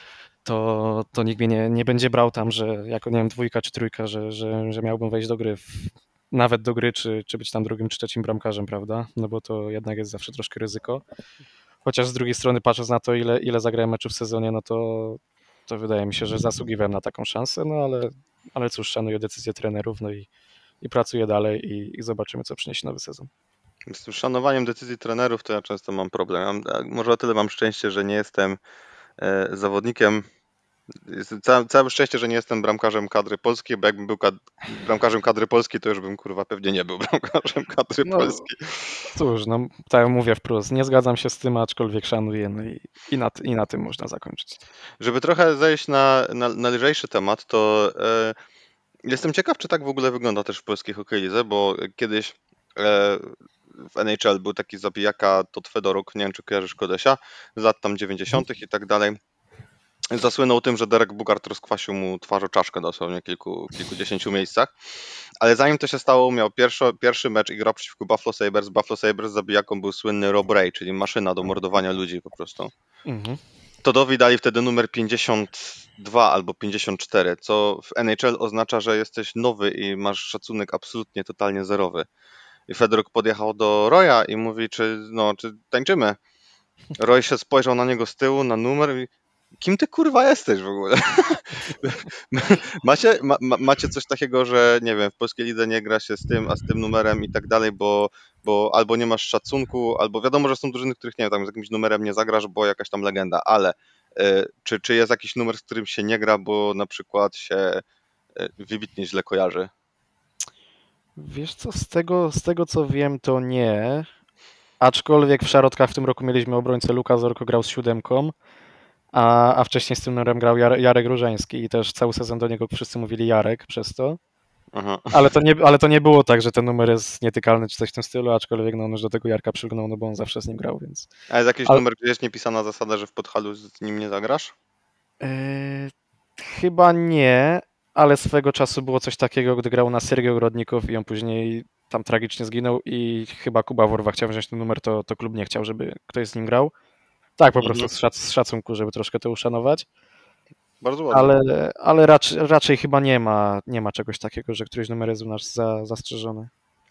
to, to nikt mnie nie, nie będzie brał tam, że jako, nie wiem, dwójka czy trójka, że, że, że miałbym wejść do gry, w, nawet do gry, czy, czy być tam drugim czy trzecim bramkarzem, prawda? No bo to jednak jest zawsze troszkę ryzyko. Chociaż z drugiej strony, patrząc na to, ile, ile zagrałem meczów w sezonie, no to, to wydaje mi się, że zasługiwałem na taką szansę, no ale, ale cóż, szanuję decyzję trenerów, no i, i pracuję dalej i, i zobaczymy, co przyniesie nowy sezon. Z tym szanowaniem decyzji trenerów to ja często mam problem. Ja mam, może o tyle mam szczęście, że nie jestem e, zawodnikiem. Jest całe, całe szczęście, że nie jestem bramkarzem kadry polskiej, bo jakbym był kad- bramkarzem kadry polskiej, to już bym kurwa pewnie nie był bramkarzem kadry No, polskiej. Cóż, no tak jak mówię wprost, nie zgadzam się z tym, aczkolwiek szanuję, no i, i, na, i na tym można zakończyć. Żeby trochę zejść na, na, na lżejszy temat, to e, jestem ciekaw, czy tak w ogóle wygląda też w polskiej hokej lidze, bo kiedyś e, w N H L był taki zabijaka Todd Fedoruk, nie wiem czy kojarzysz Kolesia, z lat tam dziewięćdziesiątych i tak dalej. Zasłynął tym, że Derek Bugart rozkwasił mu twarz o czaszkę dosłownie w kilku, kilkudziesięciu miejscach. Ale zanim to się stało, miał pierwszy, pierwszy mecz i grał przeciwko Buffalo Sabres. Buffalo Sabres zabijaką był słynny Rob Ray, czyli maszyna do mordowania ludzi po prostu. Mhm. Toddowi dali wtedy numer pięćdziesiąt dwa albo pięćdziesiąt cztery, co w N H L oznacza, że jesteś nowy i masz szacunek absolutnie, totalnie zerowy. I Fedoruk podjechał do Roya i mówi, czy, no, czy tańczymy. Roy się spojrzał na niego z tyłu, na numer i kim ty kurwa jesteś w ogóle? macie, ma, macie coś takiego, że nie wiem, w polskiej lidze nie gra się z tym, a z tym numerem i tak dalej, bo, bo albo nie masz szacunku, albo wiadomo, że są drużyny, których nie wiem, tam z jakimś numerem nie zagrasz, bo jakaś tam legenda, ale y, czy, czy jest jakiś numer, z którym się nie gra, bo na przykład się y, wybitnie źle kojarzy? Wiesz co, z tego, z tego co wiem, to nie. Aczkolwiek w Szarotkach w tym roku mieliśmy obrońcę Luka Zorko, grał z siódemką, a, a wcześniej z tym numerem grał Jar- Jarek Różański i też cały sezon do niego wszyscy mówili Jarek przez to. Aha. Ale to, nie, ale to nie było tak, że ten numer jest nietykalny czy coś w tym stylu, aczkolwiek no, on już do tego Jarka przylgnął, no bo on zawsze z nim grał, więc... A jest jakiś Ale- numer, gdzie jest niepisana zasada, że w Podhalu z nim nie zagrasz? Yy, chyba nie, ale swego czasu było coś takiego, gdy grał na Sergio Grodnikow i on później tam tragicznie zginął i chyba Kuba Worwa chciał wziąć ten numer, to, to klub nie chciał, żeby ktoś z nim grał. Tak, po Mhm. prostu z, szac- z szacunku, żeby troszkę to uszanować, Bardzo ładnie. ale, ale raczej, raczej chyba nie ma, nie ma czegoś takiego, że któryś numer jest u nas za, zastrzeżony.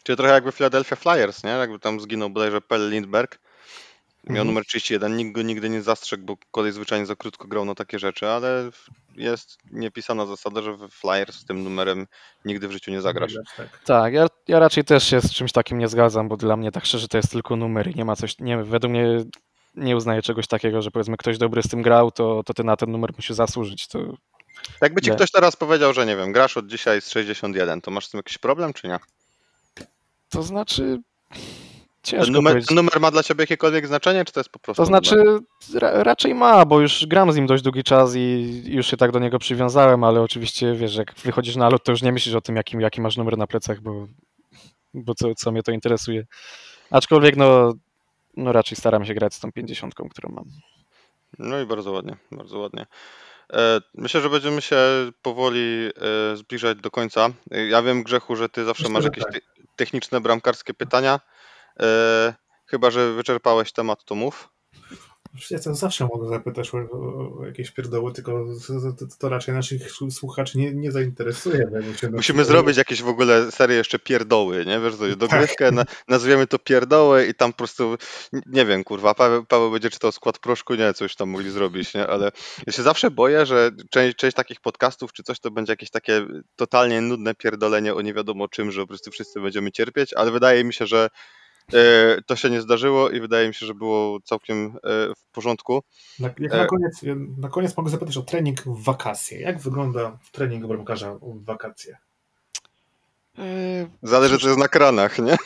Czyli trochę jakby Philadelphia Flyers, nie? Jakby tam zginął bodajże Pelle Lindbergh. Miał Mhm. numer trzydzieści jeden, nikt go nigdy nie zastrzegł, bo kolej zwyczajnie za krótko grał na takie rzeczy, ale jest niepisana zasada, że w Flyers z tym numerem nigdy w życiu nie zagrasz. Tak. Tak, ja, ja raczej też się z czymś takim nie zgadzam, bo dla mnie tak szczerze to jest tylko numer i nie ma coś, nie, według mnie nie uznaję czegoś takiego, że powiedzmy ktoś dobry z tym grał, to, to ty na ten numer musisz zasłużyć. To Jakby ci Nie. ktoś teraz powiedział, że nie wiem, grasz od dzisiaj z sześćdziesiąt jeden, to masz z tym jakiś problem, czy nie? To znaczy, Ten ciężko numer, powiedzieć. ten numer ma dla ciebie jakiekolwiek znaczenie, czy to jest po prostu To znaczy, numer? ra, raczej ma, bo już gram z nim dość długi czas i już się tak do niego przywiązałem, ale oczywiście, wiesz, jak wychodzisz na lód, to już nie myślisz o tym, jaki, jaki masz numer na plecach, bo, bo co, co mnie to interesuje. Aczkolwiek, no, no raczej staram się grać z tą pięćdziesiątką, którą mam. No i bardzo ładnie, bardzo ładnie. E, Myślę, że będziemy się powoli e, zbliżać do końca. E, Ja wiem, Grzechu, że ty zawsze Myślę, masz że jakieś tak. te, techniczne, bramkarskie pytania. E, Chyba że wyczerpałeś temat, to mów. Ja to zawsze mogę zapytać o, o jakieś pierdoły, tylko to, to, to raczej naszych słuchaczy nie, nie zainteresuje. Według się Musimy zrobić jakieś w ogóle serię jeszcze pierdoły, nie? Wiesz, Tak. dogrywkę, na, nazwiemy to pierdoły i tam po prostu, nie wiem, kurwa, Paweł, Paweł będzie czytał skład proszku, nie, coś tam mogli zrobić, nie? Ale ja się zawsze boję, że część, część takich podcastów czy coś to będzie jakieś takie totalnie nudne pierdolenie o nie wiadomo czym, że po prostu wszyscy będziemy cierpieć, ale wydaje mi się, że e, to się nie zdarzyło i wydaje mi się, że było całkiem e, w porządku. Na, jak E- na, koniec, na koniec mogę zapytać o trening w wakacje. Jak wygląda trening bramkarza w wakacje? Yy, Zależy, cóż, co jest na kranach, nie?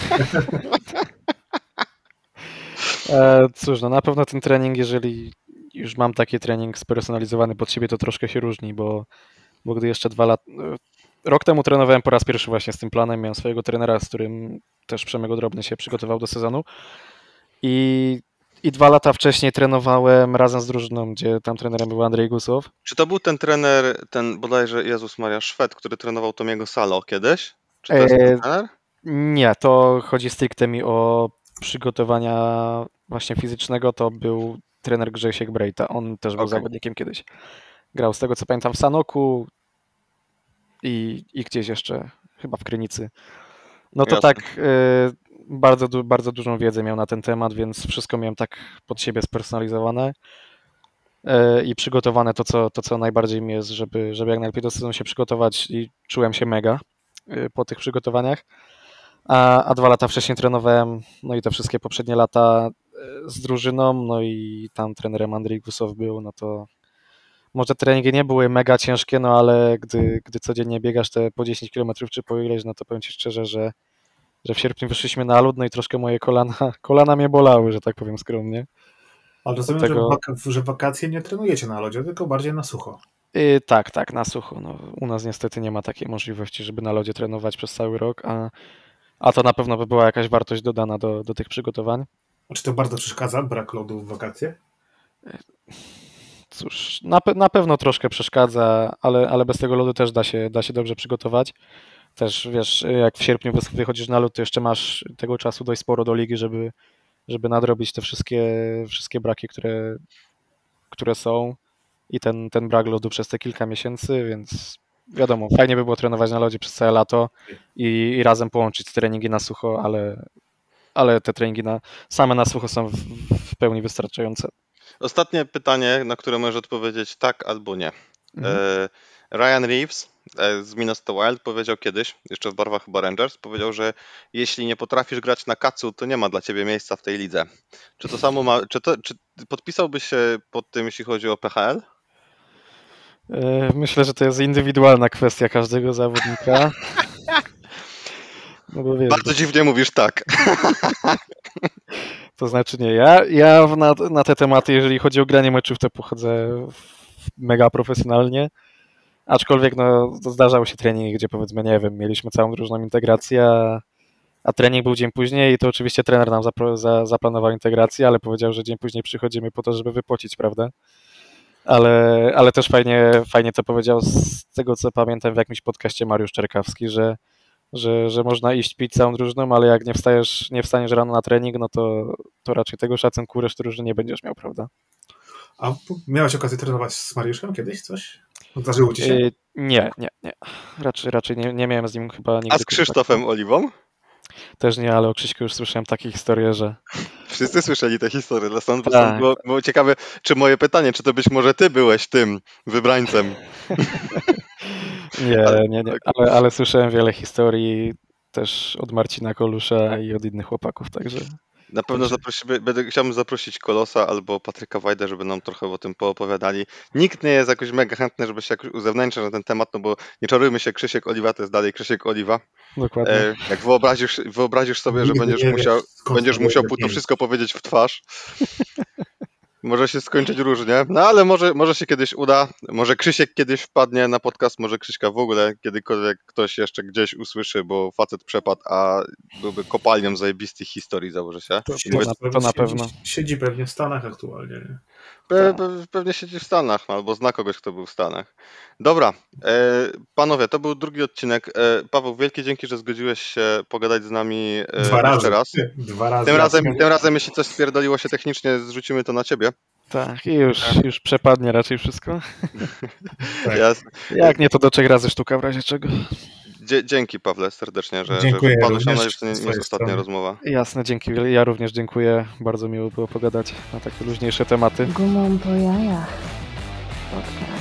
e, cóż, no na pewno ten trening, jeżeli już mam taki trening spersonalizowany pod siebie, to troszkę się różni, bo, bo gdy jeszcze dwa lata... Rok temu trenowałem po raz pierwszy właśnie z tym planem, miałem swojego trenera, z którym też Przemek Drobny się przygotował do sezonu i, i dwa lata wcześniej trenowałem razem z drużyną, gdzie tam trenerem był Andrzej Gusow. Czy to był ten trener, ten bodajże Jezus Maria Szwed, który trenował Tomiego Salo kiedyś? Czy to jest Eee, ten trener? Nie, to chodzi stricte mi o przygotowania właśnie fizycznego, to był trener Grzesiek Brejta, on też był Okej. zawodnikiem kiedyś. Grał z tego co pamiętam w Sanoku i, i gdzieś jeszcze, chyba w Krynicy. No to Jasne. tak, y, bardzo, du- bardzo dużą wiedzę miał na ten temat, więc wszystko miałem tak pod siebie spersonalizowane y, i przygotowane to co, to, co najbardziej mi jest, żeby, żeby jak najlepiej do sezonu się przygotować i czułem się mega y, po tych przygotowaniach. A, a dwa lata wcześniej trenowałem, no i te wszystkie poprzednie lata y, z drużyną, no i tam trenerem Andrzej Gusow był, no to może treningi nie były mega ciężkie, no ale gdy, gdy codziennie biegasz te po dziesięć kilometrów czy po ileś, no to powiem Ci szczerze, że, że w sierpniu wyszliśmy na lód, no i troszkę moje kolana, kolana mnie bolały, że tak powiem skromnie. Ale rozumiem, Tego- że, w waka- że w wakacje nie trenujecie na lodzie, tylko bardziej na sucho. I tak, tak, na sucho. No, u nas niestety nie ma takiej możliwości, żeby na lodzie trenować przez cały rok, a, a to na pewno by była jakaś wartość dodana do, do tych przygotowań. A czy to bardzo przeszkadza, brak lodu w wakacje? Cóż, na, pe- na pewno troszkę przeszkadza, ale, ale bez tego lodu też da się, da się dobrze przygotować. Też wiesz, jak w sierpniu wys- wychodzisz na lód, to jeszcze masz tego czasu dość sporo do ligi, żeby, żeby nadrobić te wszystkie, wszystkie braki, które, które są i ten, ten brak lodu przez te kilka miesięcy, więc wiadomo, fajnie by było trenować na lodzie przez całe lato i, i razem połączyć treningi na sucho, ale, ale te treningi na, same na sucho są w, w pełni wystarczające. Ostatnie pytanie, na które możesz odpowiedzieć tak albo nie. Mhm. E, Ryan Reeves e, z Minnesota Wild powiedział kiedyś, jeszcze w barwach chyba Rangers, powiedział, że jeśli nie potrafisz grać na kacu, to nie ma dla ciebie miejsca w tej lidze. Czy to samo ma, czy, to, czy podpisałbyś się pod tym, jeśli chodzi o P H L? E, Myślę, że to jest indywidualna kwestia każdego zawodnika. No bo wiesz, Bardzo dziwnie mówisz tak. to znaczy nie, ja, ja w- na, na te tematy, jeżeli chodzi o granie meczów, to pochodzę w- mega profesjonalnie, aczkolwiek no, to zdarzały się treningi, gdzie powiedzmy, nie wiem, mieliśmy całą różną integrację, a, a trening był dzień później i to oczywiście trener nam zapro, za, zaplanował integrację, ale powiedział, że dzień później przychodzimy po to, żeby wypocić, prawda? Ale, ale też fajnie, fajnie to powiedział z tego, co pamiętam w jakimś podcaście Mariusz Czerkawski, że że, że można iść pić całą drużyną, ale jak nie wstajesz, nie wstaniesz rano na trening, no to, to raczej tego szacunku reszty drużyny nie będziesz miał, prawda? A miałeś okazję trenować z Mariuszem kiedyś coś? Zdarzyło ci się? Yy, nie, nie, nie. Raczej, raczej nie, nie miałem z nim chyba nigdy A z Krzysztofem Oliwą? Też nie, ale o Krzyśku już słyszałem takie historie, że Wszyscy słyszeli tę historię, dla stąd, Tak. stąd było, było ciekawe, czy moje pytanie, czy to być może ty byłeś tym wybrańcem. nie, Ale- nie, nie. Ale, ale słyszałem wiele historii też od Marcina Kolusza i od innych chłopaków, także Na pewno Dobrze. zaprosimy, będę, chciałbym zaprosić Kolosa albo Patryka Wajdę, żeby nam trochę o tym poopowiadali. Nikt nie jest jakoś mega chętny, żeby się jakoś uzewnętrznić na ten temat, no bo nie czarujmy się, Krzysiek Oliwa to jest dalej Krzysiek Oliwa. dokładnie. E, jak wyobrazisz, wyobrazisz sobie, że Nigdy będziesz nie wiesz, musiał, skąd będziesz to musiał będzie to pięć. wszystko powiedzieć w twarz. Może się skończyć różnie, no ale może, może się kiedyś uda, może Krzysiek kiedyś wpadnie na podcast, może Krzyśka w ogóle kiedykolwiek ktoś jeszcze gdzieś usłyszy, bo facet przepadł, a byłby kopalnią zajebistych historii, założę się. To, Siedzi- to, na, to na pewno. Siedzi, siedzi pewnie w Stanach aktualnie. Nie? Pe, pe, pewnie siedzi w Stanach, no, albo zna kogoś, kto był w Stanach. Dobra, e, panowie, to był drugi odcinek. E, Paweł, wielkie dzięki, że zgodziłeś się pogadać z nami e, Dwa jeszcze razy. raz. Dwa razy. Tym razem, tym razem, jeśli coś spierdoliło się technicznie, zrzucimy to na ciebie. Tak, i już, już przepadnie raczej wszystko. Tak. Jasne. Jak nie, to do trzech razy sztuka w razie czego. Dzie- dzięki, Pawle, serdecznie, że, Dziękuję że wpadłeś. Mam również nadzieję, że to nie, z nie twojej jest ostatnia strony. rozmowa. Jasne, dzięki. Ja również dziękuję. Bardzo miło było pogadać na takie luźniejsze tematy. Gumą po jajach. Podcast.